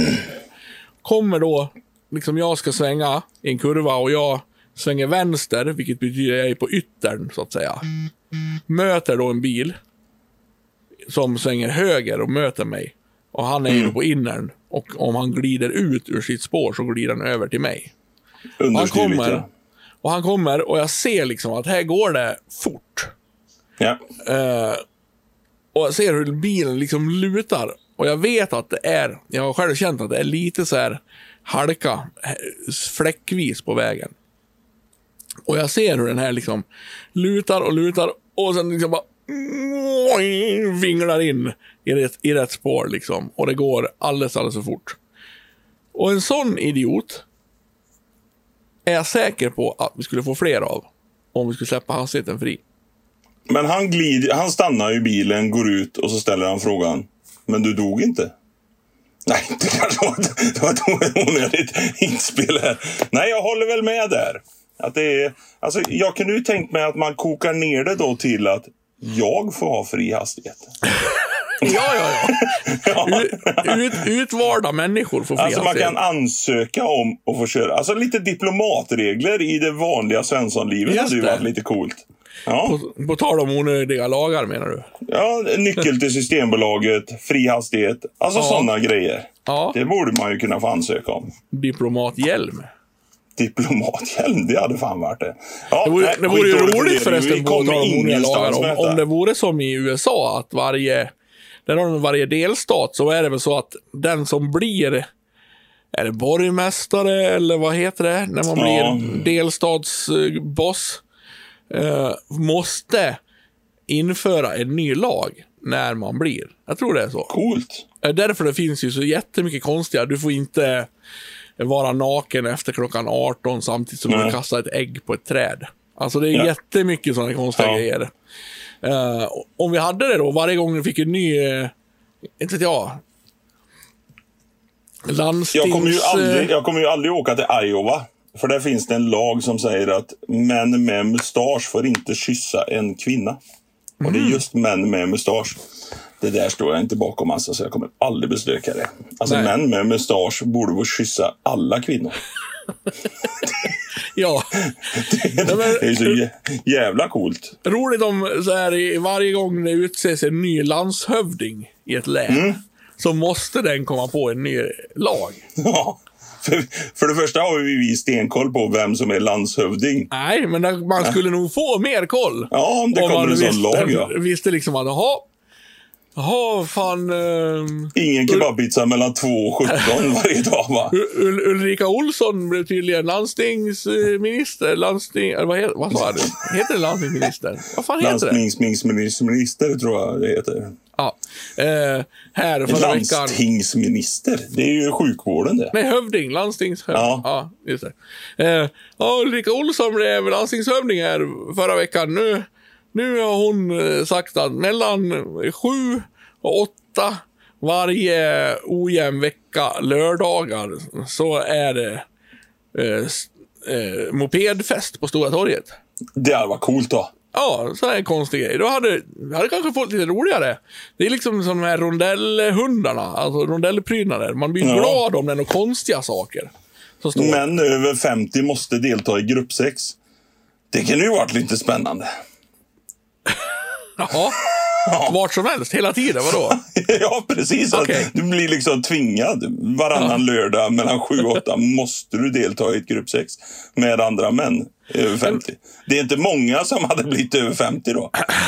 Kommer då, liksom jag ska svänga i en kurva och jag svänger vänster, vilket betyder att jag är på yttern så att säga. Möter då en bil som svänger höger och möter mig. Och han är ju på innern. Och om han glider ut ur sitt spår så glider han över till mig. Och han Understyrligt, kommer, ja. och han kommer och jag ser liksom att här går det fort. Ja. Eh, och jag ser hur bilen liksom lutar. Och jag vet att det är, jag har själv känt att det är lite så här halka, eh, fläckvis på vägen. Och jag ser hur den här liksom lutar och lutar och sen liksom bara vinglar in i rätt, i rätt spår liksom. Och det går alldeles, alldeles för fort. Och en sån idiot är jag säker på att vi skulle få fler av om vi skulle släppa hastigheten fri. Men han glider, han stannar i bilen, går ut och så ställer han frågan. Men du dog inte? Nej, det kanske var, det var ett onödigt inspel här. Nej, jag håller väl med där. Att det är, alltså, jag kunde ju tänkt mig att man kokar ner det då till att jag får ha fri hastighet. Ja, ja, ja. Ja. Ut, ut, utvalda människor får fria Alltså man sig. kan ansöka om att få köra. Alltså lite diplomatregler i det vanliga svenssonlivet Just hade ju det. varit lite coolt. Ja. På, på tal om onödiga lagar menar du? Ja, nyckel till Systembolaget, fri hastighet. Alltså Ja. sådana grejer. Ja. Det borde man ju kunna få ansöka om. Diplomathjälm. Diplomathjälm, det hade fan varit det. Ja, Det vore, nej, det vore ju skitdålig roligt fundering. förresten Vi på tal kommer om onödiga ingenstans lagar. med Om, detta. om det vore som i U S A att varje, där har de varje delstat, så är det väl så att den som blir, är det borgmästare eller vad heter det, när man Ja. blir delstatsboss, eh, måste införa en ny lag när man blir. Jag tror det är så. Coolt. Eh, Därför det finns ju så jättemycket konstiga. Du får inte vara naken efter klockan arton samtidigt som Nej. du kastar ett ägg på ett träd. Alltså det är Ja. jättemycket sådana konstiga Ja. grejer. Eh, om vi hade det då, varje gång du fick en ny, uh, inte vet jag, landstings... Jag kommer, ju eh, aldrig, jag kommer ju aldrig åka till Iowa. För där finns det en lag som säger att män med mustasch får inte kyssa en kvinna. Och det är just män med mustasch. Det där står jag inte bakom, alltså, så jag kommer aldrig besöka det. Alltså Nej. män med mustasch borde få kyssa alla kvinnor. Ja, Det, men- det är så jä- jävla coolt. roligt om så här, i varje gång det utses en ny landshövding i ett län, Mm. så måste den komma på en ny lag. Ja. För, för det första har vi vi stenkoll på vem som är landshövding. Nej, men där- man skulle nog få mer koll. Ja, om det Om kommer man en sån visste, lag, ja. visste liksom att, jaha, jaha, fan... ehm, Ingen kebabpizza mellan två och sjutton varje dag, va? Ul- Ul- Ulrika Olsson blev tydligen landstingsminister. Landsting... Eller vad, heter, vad sa du? Heter det landstingsminister? Vad fan heter det? Landstingsminister tror jag det heter. Ja. Eh, här förra veckan... Landstingsminister, det är ju sjukvården det. Nej, hövding. Landstingshövding. Ja. Ja, just det. Eh, ja, Ulrika Olsson blev landstingshövding här förra veckan. Nu, nu har hon eh, sagt att mellan sju och åtta varje ojämn vecka lördagar så är det eh, s- eh, mopedfest på Stora torget. Det hade varit coolt då. Ja, så är en konstig grej. Då hade vi hade kanske fått lite roligare. Det är liksom som de här rondellhundarna, alltså rondellprydnader. Man blir Ja. glad om det är några konstiga saker. Så står Män över femtio måste delta i gruppsex. Det kan ju varit lite spännande. Jaha. Vart som helst, hela tiden, vadå? Ja, precis. Okej. Att du blir liksom tvingad. Varannan lördag mellan sju och åtta måste du delta i ett gruppsex med andra män över femtio. Det är inte många som hade blivit över femtio då.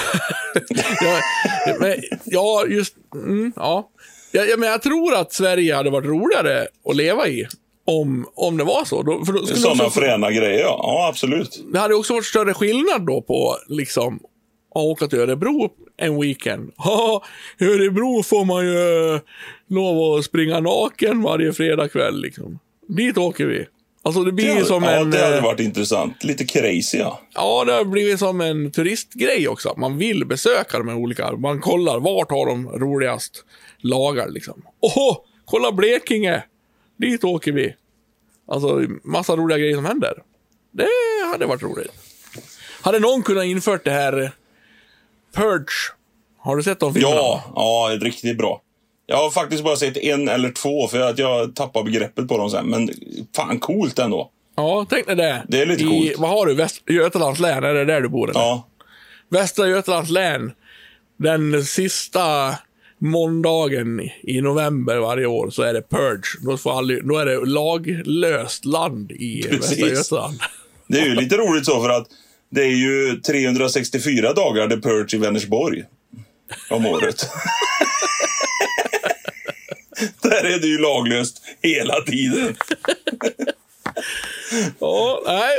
Ja, men, ja just... Mm, ja. Ja, ja, men jag tror att Sverige hade varit roligare att leva i om, om det var så. Då, för då skulle Sådana också, fräna grejer, ja. Ja, absolut. det hade också varit större skillnad då på liksom att åka till Örebro en weekend. Ja, i Örebro får man ju lov att springa naken varje fredagkväll liksom. Dit åker vi. Alltså det blir ju som ja, en... det hade eh, varit intressant. Lite crazy, ja. Ja, det har blivit som en turistgrej också. Man vill besöka de här olika. Man kollar, vart har de roligast lagar liksom. Åh, kolla Blekinge! Dit åker vi. Alltså, massa roliga grejer som händer. Det hade varit roligt. Hade någon kunnat infört det här Purge? Har du sett de filmerna? Ja, ja, det är riktigt bra. Jag har faktiskt bara sett en eller två för att jag tappar begreppet på dem sen. Men fan, coolt ändå. Ja, tänk dig det. Det är lite I, coolt. Vad har du? Väst, Götalands län? Är det där du bor? Eller? Ja, Västra Götalands län. Den sista måndagen i november varje år så är det Purge. Då, får aldrig, då är det laglöst land i Precis. Västra Götaland. det är ju lite roligt så för att det är ju trehundrasextiofyra dagar det Purge i Vänersborg om året. Där är det ju laglöst hela tiden. Ja, nej.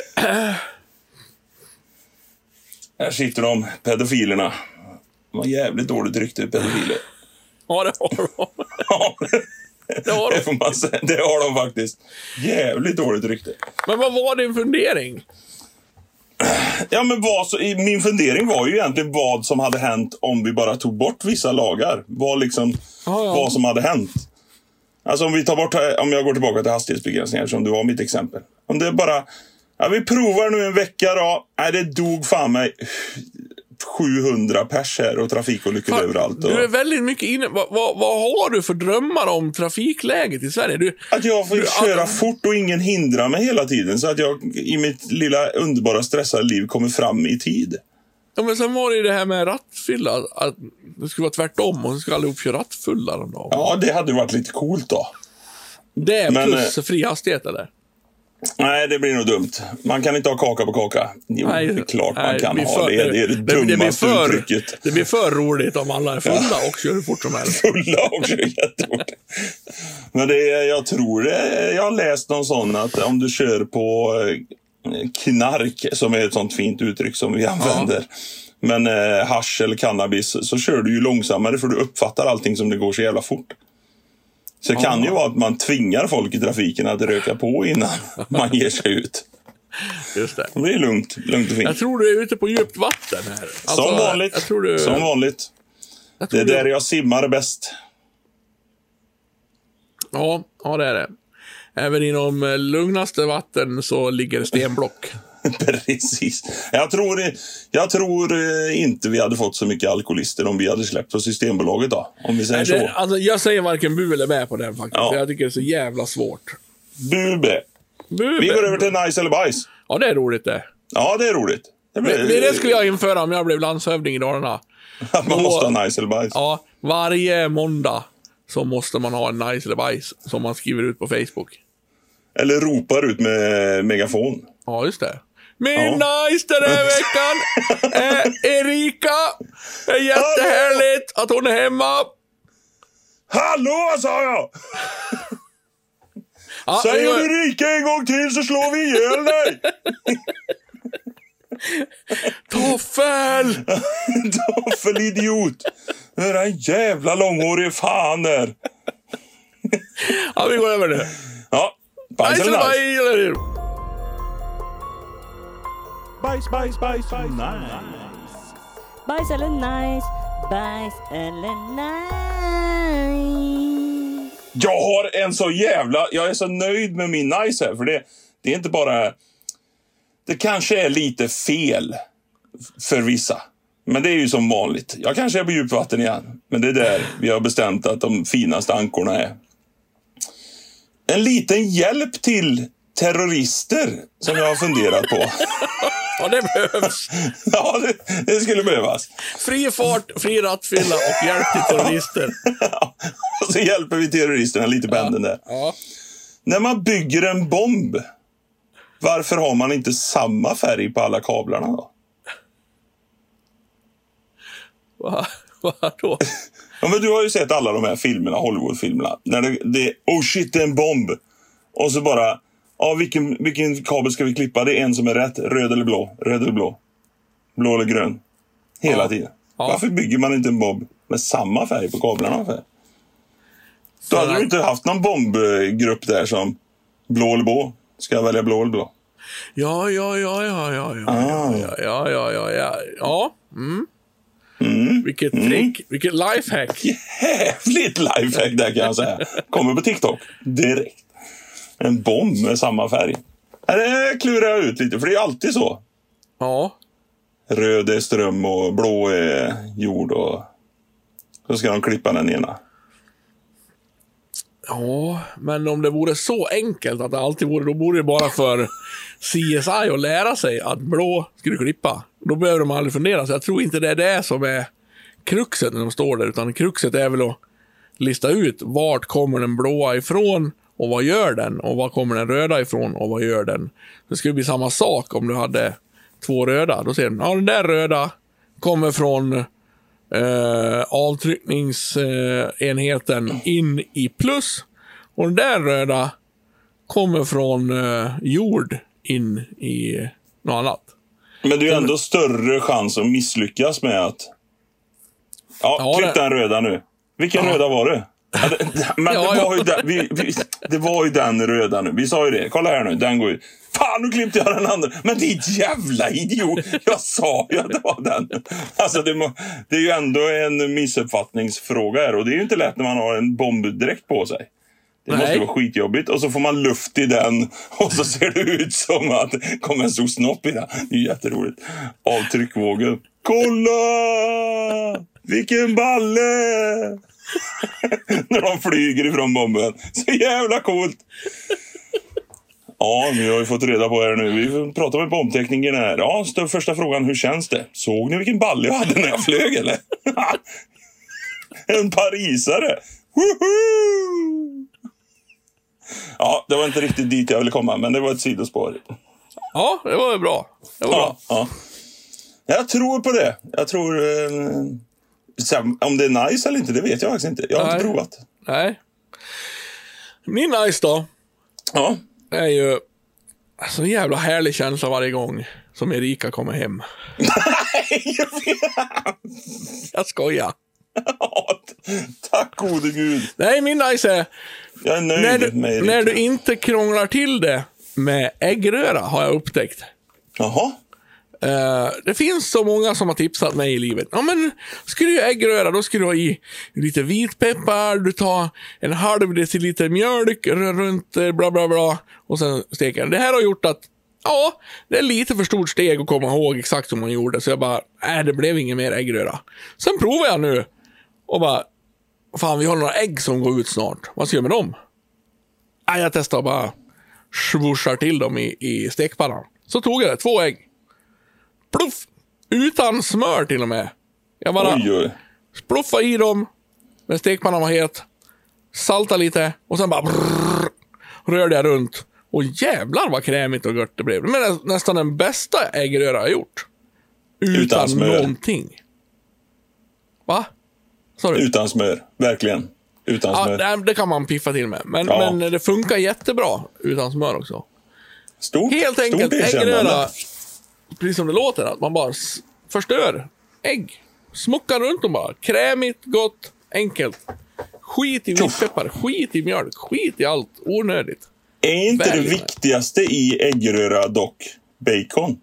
Här sitter de, pedofilerna. De har jävligt dåligt rykte, pedofiler. Ja, det har de. Ja, Det har det de. får man säga. Det har de faktiskt. Jävligt dåligt rykte. Men vad var din fundering? Ja, men vad så, min fundering var ju egentligen vad som hade hänt om vi bara tog bort vissa lagar. Vad liksom, Ja, ja. vad som hade hänt. Alltså om vi tar bort, om jag går tillbaka till hastighetsbegränsningar som det var mitt exempel. Om det bara, ja, vi provar nu en vecka då. Nej, det dog fan mig sjuhundra pers här och trafikolyckor Fan, överallt. Och... Du är väldigt mycket inne... Vad, vad, vad har du för drömmar om trafikläget i Sverige? Du, Att jag får du, köra att... fort och ingen hindrar mig hela tiden. Så att jag i mitt lilla underbara stressade liv kommer fram i tid. Ja, men sen var det ju det här med rattfylla. Att det skulle vara tvärtom och så ska allihop köra rattfulla de dagarna. Ja, det hade varit lite coolt då. Det är Men, plus fri hastighet eller? Nej, det blir nog dumt. Man kan inte ha kaka på kaka. Jo, Nej, det är klart man nej, kan det blir ha. för- Det är det, är det det- det blir dummaste för- uttrycket. Det blir för roligt om alla är fulla och kör hur fort som helst. Fulla också, jättefort. Men det är, jag tror det, jag har läst någon sån att om du kör på eh, knark, som är ett sånt fint uttryck som vi använder, men eh, hasch eller cannabis, så kör du ju långsammare för du uppfattar allting som det går så jävla fort. Så det kan ju vara att man tvingar folk i trafiken att röka på innan man ger sig ut. Just det. Det är lugnt, lugnt och fint. Jag tror du är ute på djupt vatten här. Alltså, Som vanligt. Jag tror du, Som vanligt. jag Det tror är du, där jag simmar bäst. Ja, ja, det är det. Även inom eh, lugnaste vatten så ligger stenblock. Precis. Jag tror, jag tror eh, inte vi hade fått så mycket alkoholister om vi hade släppt på Systembolaget då. Om vi säger så. Det, alltså, jag säger varken bu eller bä på den faktiskt. Ja. För jag tycker det är så jävla svårt. Bube. Bu, Vi bä. går över till nice eller bajs. Ja, det är roligt det. Ja, det är roligt. Det, blir, Det, det skulle jag införa om jag blev landshövding i Dalarna. Att man måste ha nice eller bajs. Ja, varje måndag så måste man ha en nice eller bajs som man skriver ut på Facebook. Eller ropar ut med megafon. Ja, just det. Min Ja. nice den här veckan är Erika. Det är jättehärligt att hon är hemma. Hallå, sa jag! Ja, Säger jag- du Erika en gång till så slår vi ihjäl dig! Toffel! Toffelidiot! Den där jävla långhårige fan där. Ja, vi går över nu. Ja, bajs Nice eller eller nice? bajs eller? Bajs, bajs, bajs, nice. Bajs eller nice, bajs eller nice. Jag har en så jävla... Jag är så nöjd med min nice här. För det, det är inte bara... Det kanske är lite fel för vissa. Men det är ju som vanligt. Jag kanske är på djupvatten igen. Men det är där vi har bestämt att de finaste ankorna är. En liten hjälp till terrorister som jag har funderat på. Ja, det behövs. Ja, det, det skulle behövas. Fri fart, fri rattfylla och hjälp till terrorister. Och så hjälper vi terroristerna lite på änden där. Ja. När man bygger en bomb, varför har man inte samma färg på alla kablarna då? Va- Vadå? Ja, men du har ju sett alla de här filmerna, Hollywood-filmerna. När det, det oh shit, det är en bomb. Och så bara, ja, vilken, vilken kabel ska vi klippa? Det är en som är rätt, röd eller blå, röd eller blå, blå eller grön. Hela Ja. tiden. Ja. Varför bygger man inte en bomb med samma färg på kablarna? För? Då För hade att- du inte haft någon bombgrupp där som blå eller blå. Ska jag välja blå eller blå? Ja, ja, ja, ja, ja, ja, Ah. ja, ja, ja, ja, ja, ja. Mm. Vilket trick, vilket lifehack. Jävligt lifehack där kan jag säga. Kommer på TikTok direkt. En bomb med samma färg. Det klurar jag ut lite, för det är alltid så. Ja, Röd är ström och blå är jord och så ska de klippa den ena. ja, men om det vore så enkelt att det alltid vore, då borde det bara för C S I att lära sig att blå skulle klippa. Då behöver de aldrig fundera, så jag tror inte det är det som är kruxet när de står där, utan kruxet är väl att lista ut vart kommer den blåa ifrån och vad gör den, och var kommer den röda ifrån och vad gör den. Det skulle bli samma sak om du hade två röda. Då ser du, ja, den där röda kommer från eh, avtryckningsenheten eh, in i plus, och den där röda kommer från eh, jord in i något annat. Men det är ju ändå större chans att misslyckas med att... Ja, Ja, klipp det- den röda nu. Vilken röda var det? Ja, det- Men Ja, det, ja. var ju den, vi, vi, det var ju den röda nu. Vi sa ju det. Kolla här nu, den går ju. Fan, nu klippte jag den andra. Men det är ett jävla idiot. Jag sa ju att det var den. Alltså, det, må, det är ju ändå en missuppfattningsfråga här. Och det är ju inte lätt när man har en bombdräkt på sig. Det Nej. måste vara skitjobbigt. Och så får man luft i den. Och så ser det ut som att det kommer en stor snopp i den. Det är jätteroligt. Av tryckvågen. Kolla! Vilken balle! När de flyger ifrån bomben. Så jävla coolt. Ja, vi har ju fått reda på här nu. Vi pratar med bombtekniken här. Ja, så första frågan, hur känns det? Såg ni vilken balle jag hade när jag flög, eller? En parisare. Woohoo! Ja, det var inte riktigt dit jag ville komma, men det var ett sidospår. Ja, det var bra. Det var Ja, bra. ja. Jag tror på det. Jag tror... Eh, sen, om det är nice eller inte, det vet jag faktiskt inte. Jag har Nej. inte provat. Nej. Min nice då Ja. är ju så jävla härlig känsla varje gång som Erika kommer hem. Jag skojar. Ja, tack gode gud. Nej, min nice är Jag är nöjd när du, med Erika. när du inte krånglar till det med äggröra, har jag upptäckt. Jaha. Uh, det finns så många som har tipsat mig i livet. Ja, men ska du göra äggröra, då ska du ha i lite vitpeppar, du tar en halv deciliter mjölk runt eh, bla bla bla och sen steker den. Det här har gjort att ja, det är lite för stort steg att komma ihåg exakt som man gjorde, så jag bara, nej, det blev ingen mer äggröra. Sen provar jag nu och bara, fan, vi har några ägg som går ut snart. Vad ska jag med dem? Nej, jag testar bara svursar till dem i, i stekpannan. Så tog jag det, två ägg. Pluff! Utan smör till och med. Jag bara Oj, oj. spluffade i dem när stekpannan var het. Salta lite och sen bara brrr, rörde jag runt. Och jävlar vad krämigt och gött det blev. Men nä, nästan den bästa äggröra jag gjort. Utan, Utan smör. någonting. Va? Sa du? Utan smör, verkligen. Utan Ja, smör. det, det kan man piffa till med. Men, Ja. men det funkar jättebra utan smör också. Stort, Helt enkelt, stort erkännande. äggröra, precis som det låter, att man bara s- förstör ägg. Smuckar runt dem bara. Krämigt, gott, enkelt. Skit i vitpeppar, skit i mjölk, skit i allt onödigt. Är inte det Verkligen. viktigaste i äggröra dock bacon?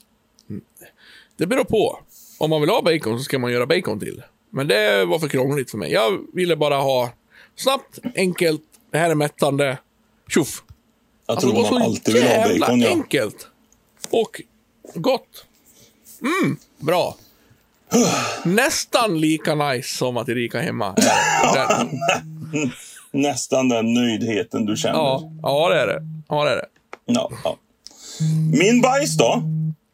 Det beror på. Om man vill ha bacon så ska man göra bacon till. Men det var för krångligt för mig. Jag ville bara ha snabbt, enkelt, det här är mättande. Tjoff. Jag Alltså, tror det var man så alltid vill ha jävla bacon, ja. enkelt. Och gott. Mm, bra. Nästan lika nice som att Erika hemma. Den- Nästan den nöjdheten du känner. ja, ja, det är det. Ja, det är det. Ja, ja. Min bajs då?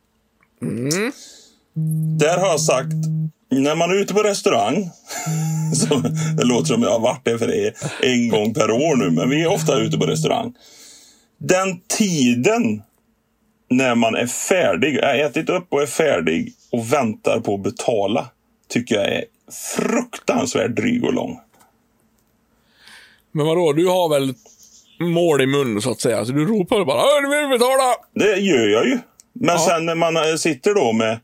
Mm. Där har jag sagt, när man är ute på restaurang, så, det låter som jag har varit där för det en gång per år nu, men vi är ofta ute på restaurang. Den tiden när man är färdig, har ätit upp och är färdig och väntar på att betala, tycker jag är fruktansvärt dryg och lång. Men vadå, du har väl mål i mun så att säga. Så du ropar bara, "Åh, nu vill vi betala!" Det gör jag ju. Men Ja. sen när man eh, sitter då med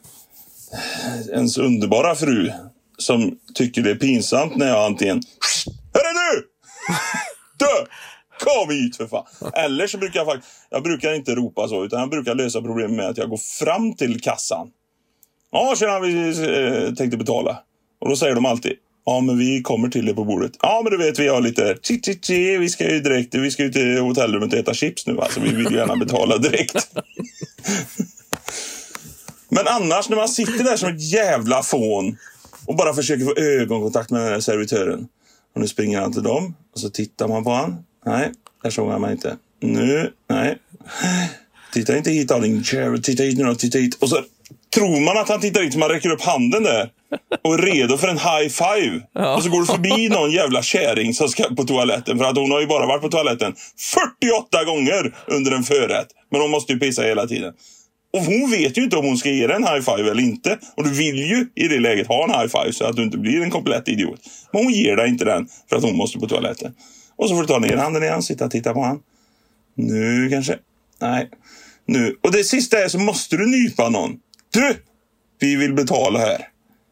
ens underbara fru som tycker det är pinsamt när jag antingen hörru du! Du! Kom hit för fan! Eller så brukar jag faktiskt, jag brukar inte ropa så, utan jag brukar lösa problemet med att jag går fram till kassan. Ja, tjena, vi eh, tänkte betala. Och då säger de alltid, ja, men vi kommer till det på bordet. Ja, men du vet, vi har lite chi, chi, chi. Vi ska ju direkt, vi ska ju till hotellrummet och äta chips nu, va? Så vi vill ju gärna betala direkt. Men annars när man sitter där som ett jävla fån och bara försöker få ögonkontakt med den här servitören. Och nu springer han till dem och så tittar man på han. Nej, där såg man inte. Nu, nej. Titta inte hit, darling. Titta hit nu då, titta hit. Och så tror man att han tittar hit, så man räcker upp handen där och är redo för en high five. Ja. Och så går det förbi någon jävla käring som ska på toaletten. För att hon har ju bara varit på toaletten fyrtioåtta gånger under en förrätt. Men hon måste ju pissa hela tiden. Och hon vet ju inte om hon ska ge en high five eller inte. Och du vill ju i det läget ha en high five så att du inte blir en komplett idiot. Men hon ger dig inte den för att hon måste på toaletten. Och så får du ta ner handen igen, sitta och titta på han. Nu kanske. Nej. Nu. Och det sista är så måste du nypa någon. Du! Vi vill betala här.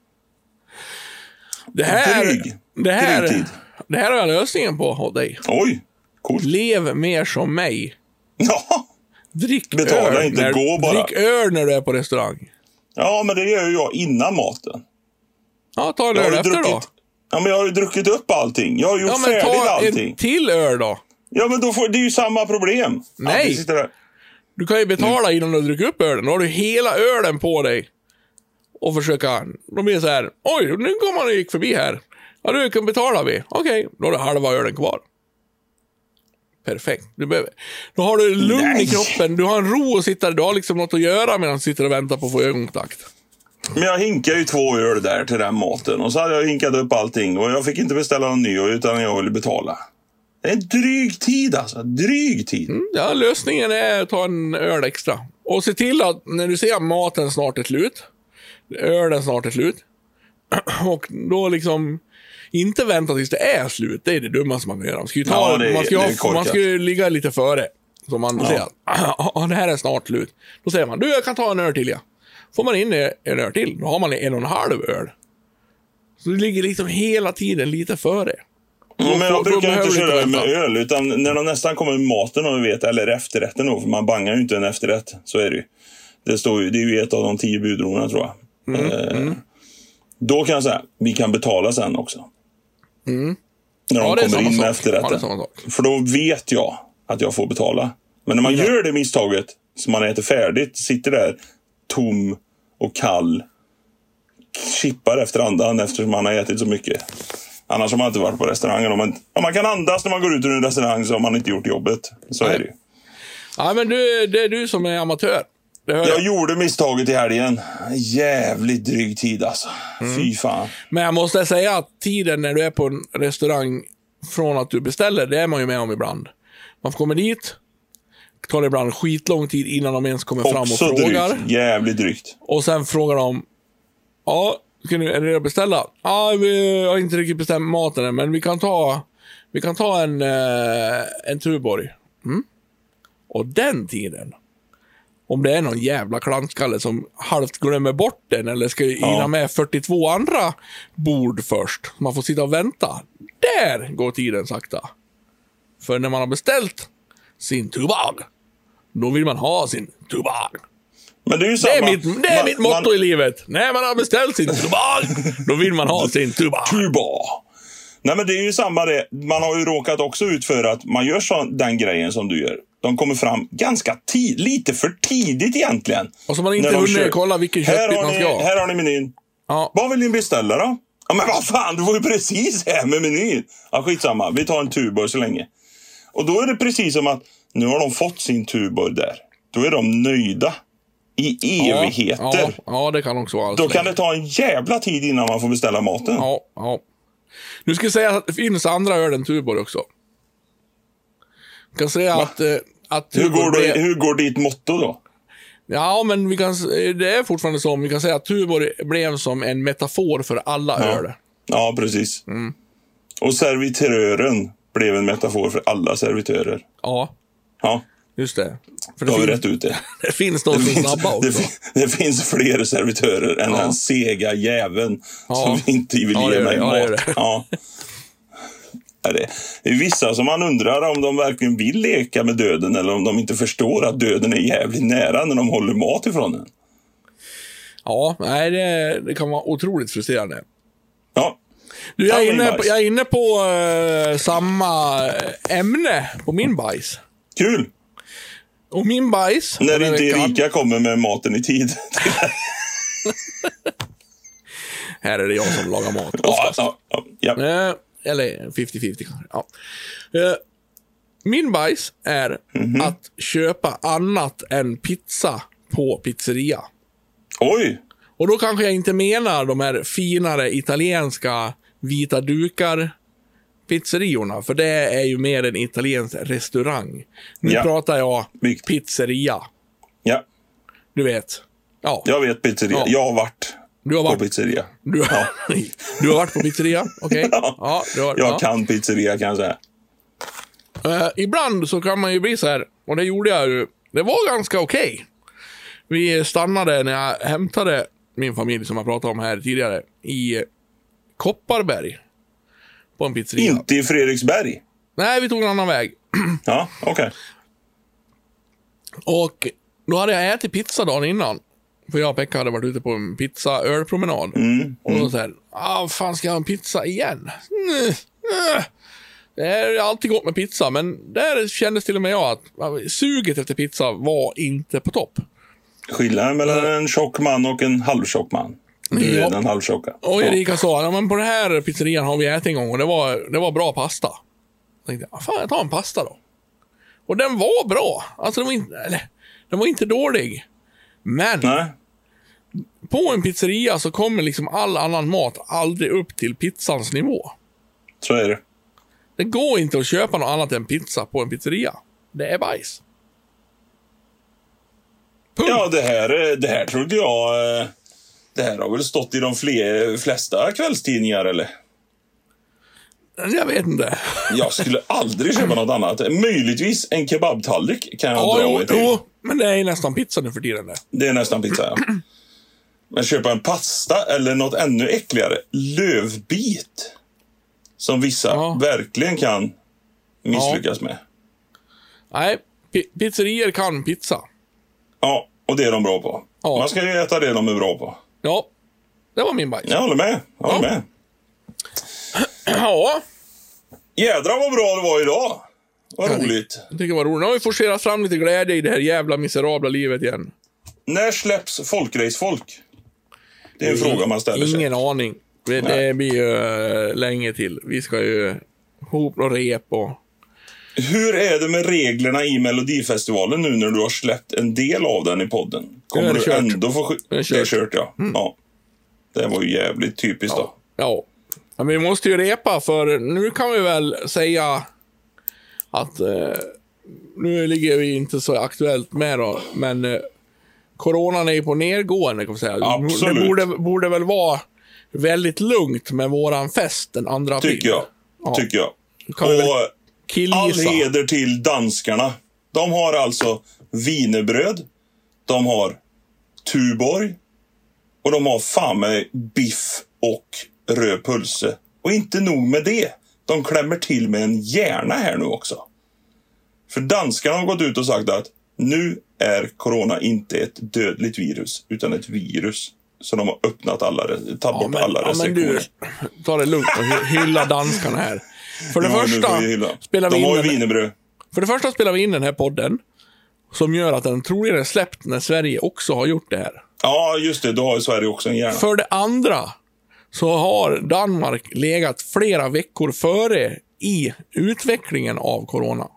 Det här, Dryg. det här, Dryg tid. det här har jag lösningen på åt dig. Oj, coolt. Lev mer som mig. Ja. Drick Betala öl inte, när, gå bara. Drick öl när du är på restaurang. Ja, men det gör ju jag innan maten. Ja, ta en Jag har öl ju efter druckit, då. ja, men jag har ju druckit upp allting. Jag har gjort Ja, men färdigt ta allting. en till öl då. Ja, men då får, det är ju samma problem. Nej. Alltid sitter där. Du kan ju betala innan du dricker upp ölen. Då har du hela ölen på dig. och försöka, de blir så här, oj, nu går man och gick förbi här. Ja, du kan betala vi. Okej, okay, då har du halva ölen kvar. Perfekt. Du behöver, då har du lugn Nej. i kroppen, du har en ro att sitta, du har liksom något att göra medan du sitter och väntar på att få ögonkontakt. Men jag hinkade ju två öl där till den maten och så hade jag hinkat upp allting och jag fick inte beställa någon ny utan jag ville betala. Det är en dryg tid alltså, dryg tid. Mm, ja, lösningen är att ta en öl extra. Och se till att när du ser att maten snart är slut, ölen snart är slut, och då liksom inte vänta tills det är slut. Det är det dummaste man kan göra. Man ska ju, ta, ja, det, man ska ha, man ska ju ligga lite före. Så man ja. säger att det här är snart slut. Då säger man, du jag kan ta en öl till ja. Får man in en öl till, då har man en och en halv öl. Så det ligger liksom hela tiden lite före. Mm, men jag brukar inte köra med öl, utan när de nästan kommer med maten och vi vet, eller efterrätten då, för man bangar ju inte en efterrätt, så är det ju. Det, står ju, det är ju ett av de tio budromarna tror jag. Mm, eh, mm. Då kan jag säga, vi kan betala sen också. Mm. När de ja, kommer in med efterrätten. Ja, för då vet jag att jag får betala. Men när man mm. gör det misstaget, så man äter färdigt, sitter där tom och kall, chippar efter andan eftersom man har ätit så mycket. Annars har man inte varit på restaurangen. Om man, om man kan andas när man går ut ur en restaurang så har man inte gjort jobbet. Så Nej. är det ju. Ja, men du, det är du som är amatör. Jag, jag gjorde misstaget i helgen. Jävligt dryg tid alltså. Mm. Fy fan. Men jag måste säga att tiden när du är på en restaurang från att du beställer, det är man ju med om ibland. Man får komma dit, tar det ibland skitlång tid innan de ens kommer fram och Också frågar. Drygt. Jävligt drygt. Och sen frågar de, ja, ska ni, är det att beställa? Ja, vi har inte riktigt bestämt maten än, men vi kan ta vi kan ta en, eh, en Tuborg. Mm? Och den tiden, om det är någon jävla klantskalle som halvt glömmer bort den eller ska hinna ja. med fyrtiotvå andra bord först, man får sitta och vänta. Där går tiden sakta. För när man har beställt sin Tuborg, då vill man ha sin Tuborg. Men det är ju samma. Det är mitt, det är man, mitt motto man... i livet. När man har beställt sin Tuborg, då vill man ha sin Tuborg. Tuborg. Nej, men det är ju samma det. Man har ju råkat också ut för att man gör så, den grejen som du gör. De kommer fram ganska tid, lite för tidigt egentligen. Och så man inte hunnit kör... kolla vilken köttbit man ska ha. Här har ni menyn. Ja. Vad vill ni beställa då? Ja, men vad fan, du var ju precis här med menyn. Ja, skitsamma. Vi tar en Tuborg så länge. Och då är det precis som att nu har de fått sin Tuborg där. Då är de nöjda. I evigheter. Ja, ja, ja, det kan också vara. Då kan det ta en jävla tid innan man får beställa maten. Ja, ja. Nu ska jag säga att det finns andra öl än Tuborg också. Jag kan säga att, att hur, går det, hur går ditt motto då? Ja, men vi kan, det är fortfarande så. Vi kan säga att Tuborg blev som en metafor för alla ja. öl. Ja, precis. Mm. Och servitören blev en metafor för alla servitörer. Ja. Ja. Just det. För det, finns, rätt ut det. det finns de som är snabba också. Det, det finns fler servitörer än ja. den sega jäveln ja. som inte vill ja, ge mig mat. Ja, det det. Ja. Det är vissa som man undrar om de verkligen vill leka med döden eller om de inte förstår att döden är jävligt nära när de håller mat ifrån den. Ja, nej, det, det kan vara otroligt frustrerande. Ja. Du, jag, är inne på, jag är inne på uh, samma ämne på min bajs. Kul! Och min bajs... När inte Erika kommer med maten i tid. Här är det jag som lagar mat. Ja, ja, ja, ja. Uh, eller femtio femtio kanske. Ja. Uh, min bajs är mm-hmm. att köpa annat än pizza på pizzeria. Oj! Och då kanske jag inte menar de här finare italienska vita dukar pizzeriorna, för det är ju mer en italiensk restaurang. Nu ja. pratar jag pizzeria. Ja. Du vet. Ja. Jag vet pizzeria. Ja. Jag har varit, du har varit på pizzeria. Du har, ja. du har varit på pizzeria? Okej. Okay. Ja. Ja, du har, jag ja. kan pizzeria kan jag säga. Uh, ibland så kan man ju bli så här, och det gjorde jag ju. Det var ganska okej. Okay. Vi stannade när jag hämtade min familj som jag pratade om här tidigare i Kopparberg. På en pizzeria. Inte i Fredriksberg? Nej, vi tog en annan väg. Ja, okej. Okay. Och då hade jag ätit pizza dagen innan. För jag och Pekka hade varit ute på en pizza-ölpromenad. Mm, mm. Och då så här, ah, fan ska jag ha en pizza igen? Mm, äh. Det är alltid gott med pizza, men där kändes till och med jag att suget efter pizza var inte på topp. Skillnaden mellan en tjock man och en halvtjock man. Du är Ja. den halvtjocka. Och Erika sa, ja, men på den här pizzerian har vi ätit en gång och det var, det var bra pasta. Jag tänkte, ja, fan jag tar en pasta då. Och den var bra. Alltså den var inte, eller, den var inte dålig. Men Nej. på en pizzeria så kommer liksom all annan mat aldrig upp till pizzans nivå. Så är det. Det går inte att köpa något annat än pizza på en pizzeria. Det är bajs. Punkt. Ja, det här, det här trodde jag... eh, Det här har väl stått i de fler, flesta kvällstidningar, eller? Jag vet inte. Jag skulle aldrig köpa något annat. Möjligtvis en kebabtallrik kan jag Ja, dra jo, mig till. jo, men det är nästan pizza nu för tiden. Det. Det är nästan pizza, ja. Men köpa en pasta eller något ännu äckligare. Lövbit. Som vissa Ja. verkligen kan misslyckas med. Nej, pi- pizzerier kan pizza. Ja, och det är de bra på. Ja. Man ska ju äta det de är bra på. Ja, det var min bajs. Jag håller med. Jag håller Ja. med. Ja, Jädrar vad bra det var idag. Vad Ja, roligt. jag tycker det var roligt. Nu har vi forcerat fram lite glädje i det här jävla miserabla livet igen. När släpps folkracefolk? Det är en fråga man ställer sig. Ingen aning. Det, det blir ju uh, länge till. Vi ska ju ihop och rep och... Hur är det med reglerna i Melodifestivalen nu när du har släppt en del av den i podden? Kommer Det är du kört. ändå få... sk- Det är Det är kört. kört, ja. ja. Det var ju jävligt typiskt då. Ja. Ja, men vi måste ju repa, för nu kan vi väl säga att eh, nu ligger vi inte så aktuellt med då, men eh, coronan är ju på nedgående, kan vi säga. Absolut. Det borde, borde väl vara väldigt lugnt med våran fest den andra april. Tycker jag. Ja. Tycker jag. Kan vi väl Och all killgissa. heder till danskarna. De har alltså wienerbröd. De har Tuborg. Och de har fan med biff och röd pulse. Och inte nog med det. De klämmer till med en hjärna här nu också. För danskarna har gått ut och sagt att nu är corona inte ett dödligt virus, utan ett virus. Så de har öppnat alla, tagit Ja, bort men, alla ja, men restriktioner. du, ta det lugnt och hy- hylla danskarna här. För det Ja, nu första får vi hylla. spelar vi De in har ju den, wienerbröd. För det första spelar vi in den här podden som gör att den troligen är släppt när Sverige också har gjort det här. Ja, just det. Då har ju Sverige också en hjärna. För det andra så har Danmark legat flera veckor före i utvecklingen av corona.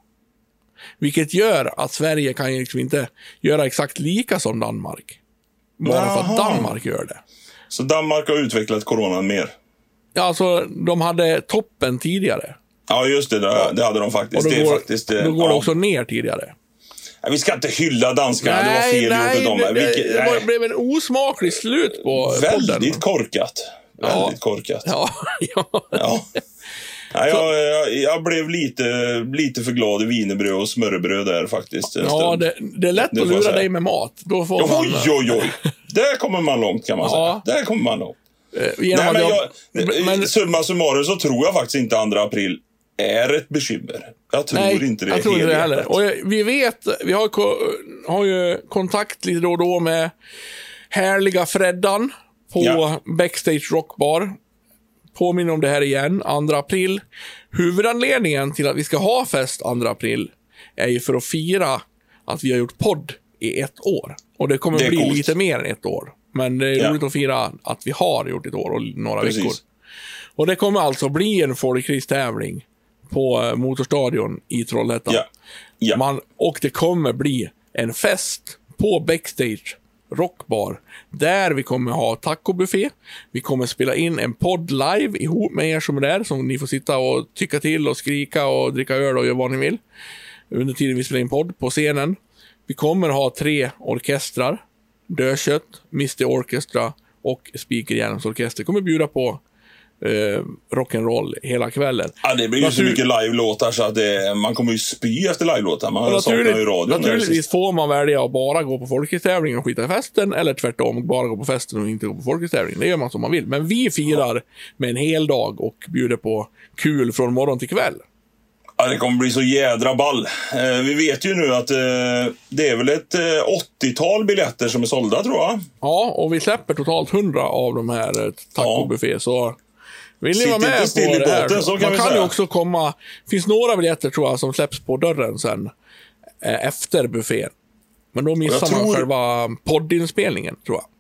Vilket gör att Sverige kan ju liksom inte göra exakt lika som Danmark. Bara för att Jaha. Danmark gör det. Så Danmark har utvecklat coronan mer. Ja, alltså de hade toppen tidigare. Ja, just det. Det, det hade de Och faktiskt. då Det är går, faktiskt eh, då går ja. det också ner tidigare. Ja, vi ska inte hylla danskarna. Det var fel gjort av dem. det, Vilket, det, det nej, blev en osmaklig slut på podden. väldigt korkat. Ja. Väldigt korkat. Ja, ja. Ja. Ja, jag, jag, jag blev lite, lite för glad i wienerbröd och smörrebröd där faktiskt. en ja stund. det, det är lätt Det att får jag lura säga. dig med mat. Då får man... Oj, oj, oj. Där kommer man långt, kan man Ja. säga. Där kommer man långt. eh, genom Nej, att men jag, jag, men, summa summarum så tror jag faktiskt inte andra april är ett bekymmer. Jag tror nej, inte det jag tror inte det helhjärtat. heller. Och jag- vi vet, vi har, ko- har ju kontakt lite då och då med härliga Freddan på Ja. Backstage Rockbar. Påminner om det här igen, andra april. Huvudanledningen till att vi ska ha fest andra april är ju för att fira att vi har gjort podd i ett år. Och det kommer Det är bli coolt. lite mer än ett år. Men det är Ja. roligt att fira att vi har gjort ett år och några Precis. veckor. Och det kommer alltså bli en folkrace-tävling på eh, Motorstadion i Trollhättan. Ja. Ja. Man, och det kommer bli en fest på Backstage Rockbar där vi kommer ha tacobuffé. Vi kommer spela in en podd live ihop med er som är där, som ni får sitta och tycka till och skrika och dricka öl och göra vad ni vill under tiden vi spelar in podd på scenen. Vi kommer ha tre orkestrar: Dödkött, mister Orchestra och Speaker Järns orkester. Kommer bjuda på eh, rock'n'roll hela kvällen. Ja, det blir ju så Natur- mycket live-låtar så att det, man kommer ju spy efter live-låtar. Man Och saknar ju naturligt, radion. där naturligtvis sist. får man välja att bara gå på folkracetävlingen och skita i festen, eller tvärtom, bara gå på festen och inte gå på folkracetävlingen. Det gör man som man vill. Men vi firar med en hel dag och bjuder på kul från morgon till kväll. Ja, det kommer bli så jädra ball. Eh, vi vet ju nu att eh, det är väl ett eh, åttiotal biljetter som är sålda, tror jag. Ja, och vi släpper totalt hundra av de här eh, tacobuffé, så vill ni Sitt vara med inte still på i det här? båten, så kan man vi kan ju säga. också komma, finns några biljetter tror jag som släpps på dörren sen eh, efter buffén. Men då missar Jag man tror- själva poddinspelningen, tror jag.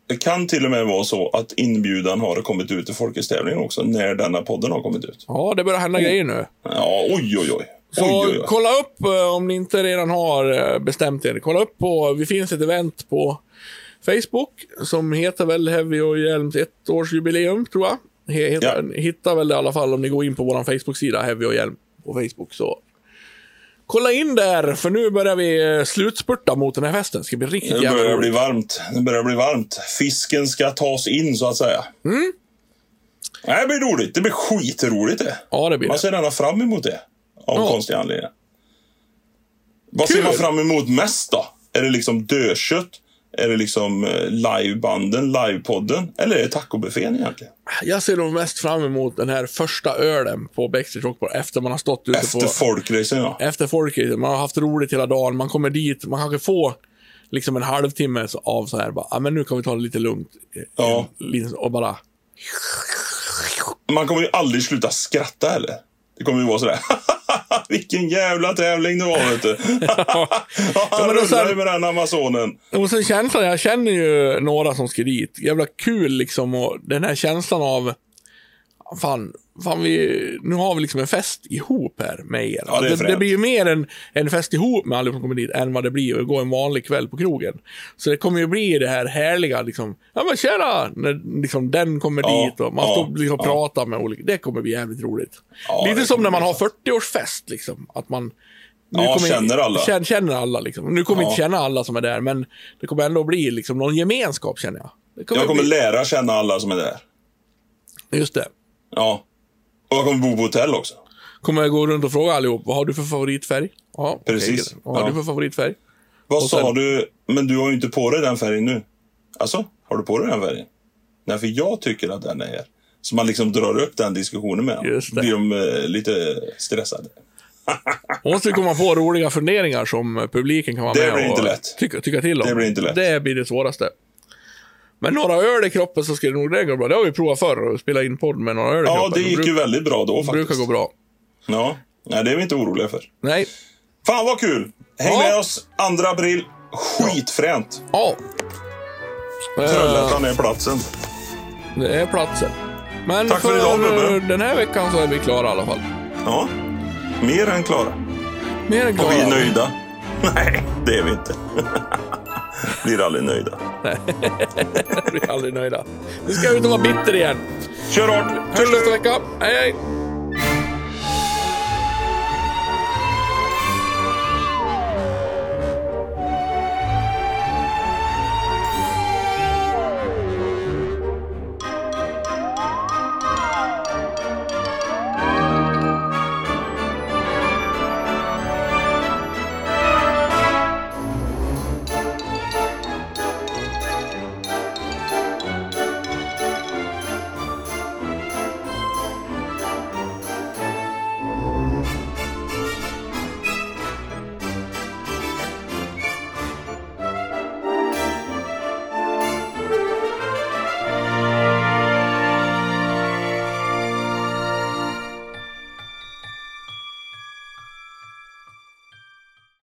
det kan till och med vara så att inbjudan har kommit ut i folkestävlingen också när denna podden har kommit ut. Ja, det börjar hända oh. grejer nu. Ja, oj, oj, oj. Så oj, oj, oj. kolla upp om ni inte redan har bestämt er. Kolla upp på, vi finns ett event på Facebook som heter väl Heavy och Hjelms ettårsjubileum, tror jag. Hitta, ja. Hitta väl det i alla fall om ni går in på vår Facebook-sida Heavy och Hjelm på Facebook. Så kolla in där, för nu börjar vi slutspurta mot den här festen. Det ska bli riktigt jävla roligt. Det börjar bli varmt. Det börjar bli varmt. Fisken ska tas in, så att säga. Mm. Det blir roligt. Det blir skitroligt det. Ja, det blir man det. ser gärna fram emot det. Av ja. konstiga anledningar. Vad Kul. ser man fram emot mest då? Är det liksom dödkött? Är det liksom livebanden, livepodden? Eller är det tacobuffén egentligen? Jag ser nog mest fram emot den här första ölen på Backstreet Rockbar efter man har stått ute efter på... folkracen, ja. Efter folkracen. Man har haft roligt hela dagen. Man kommer dit. Man kanske får liksom en halvtimme av så här. Bara, ah, men nu kan vi ta det lite lugnt. Ja. Och bara... Man kommer ju aldrig sluta skratta heller. Det kommer ju vara sådär. Vilken jävla tävling det var, vet du. Han rullar sen, ju med den Amazonen. Och sen känslan, jag känner ju några som ska dit. Jävla kul liksom. Och den här känslan av fan, fan vi, nu har vi liksom en fest ihop här med er. Ja, det, det, det blir ju mer en, en fest ihop med alla som kommer dit än vad det blir att gå en vanlig kväll på krogen. Så det kommer ju bli det här härliga liksom, ja men tjena, när liksom den kommer ja, dit och man ja, står liksom och ja. pratar med olika, det kommer bli jävligt roligt. Ja, lite som när man har fyrtioårsfest liksom, att man nu ja, kommer känner alla. Känner, känner alla liksom. Nu kommer ja. inte känna alla som är där, men det kommer ändå bli liksom någon gemenskap, känner jag. Det kommer jag kommer bli... lära känna alla som är där. Just det. Ja. Och jag kommer bo på hotell också. Kommer jag gå runt och fråga allihop, vad har du för favoritfärg? Ja, precis. Okay. Vad har ja. du för favoritfärg? Vad och sa sen... du? Men du har ju inte på dig den färgen nu. Alltså, har du på dig den färgen? Nej, för jag tycker att den är här. Så man liksom drar upp den diskussionen med dem. Just det. Blir de eh, lite stressade. Måste komma på roliga funderingar som publiken kan vara det med blir inte och lätt. Tycka, tycka till om. Det blir inte lätt. Det blir det svåraste. Men några öl i kroppen så ska det nog det gå bra. Det har vi provat förr, att spela in podd med några öl i ja, kroppen. det gick bruk- ju väldigt bra då faktiskt. Det brukar gå bra. Ja, nej, det är vi inte oroliga för. Nej. Fan vad kul! Häng ja. med oss andra april. Skitfränt. Ja. Tröllettan är platsen. Det är platsen. Men tack för, för idag, Bubbe. Den här veckan så är vi klara i alla fall. Ja, mer än klara. Mer än klara. Och vi är nöjda. Nej, det är vi inte. Blir aldrig nöjda. Nej, blir aldrig nöjda. Nu ska jag ut och vara bitter igen. Kör hårt. Hörs nästa vecka. Hej, hej.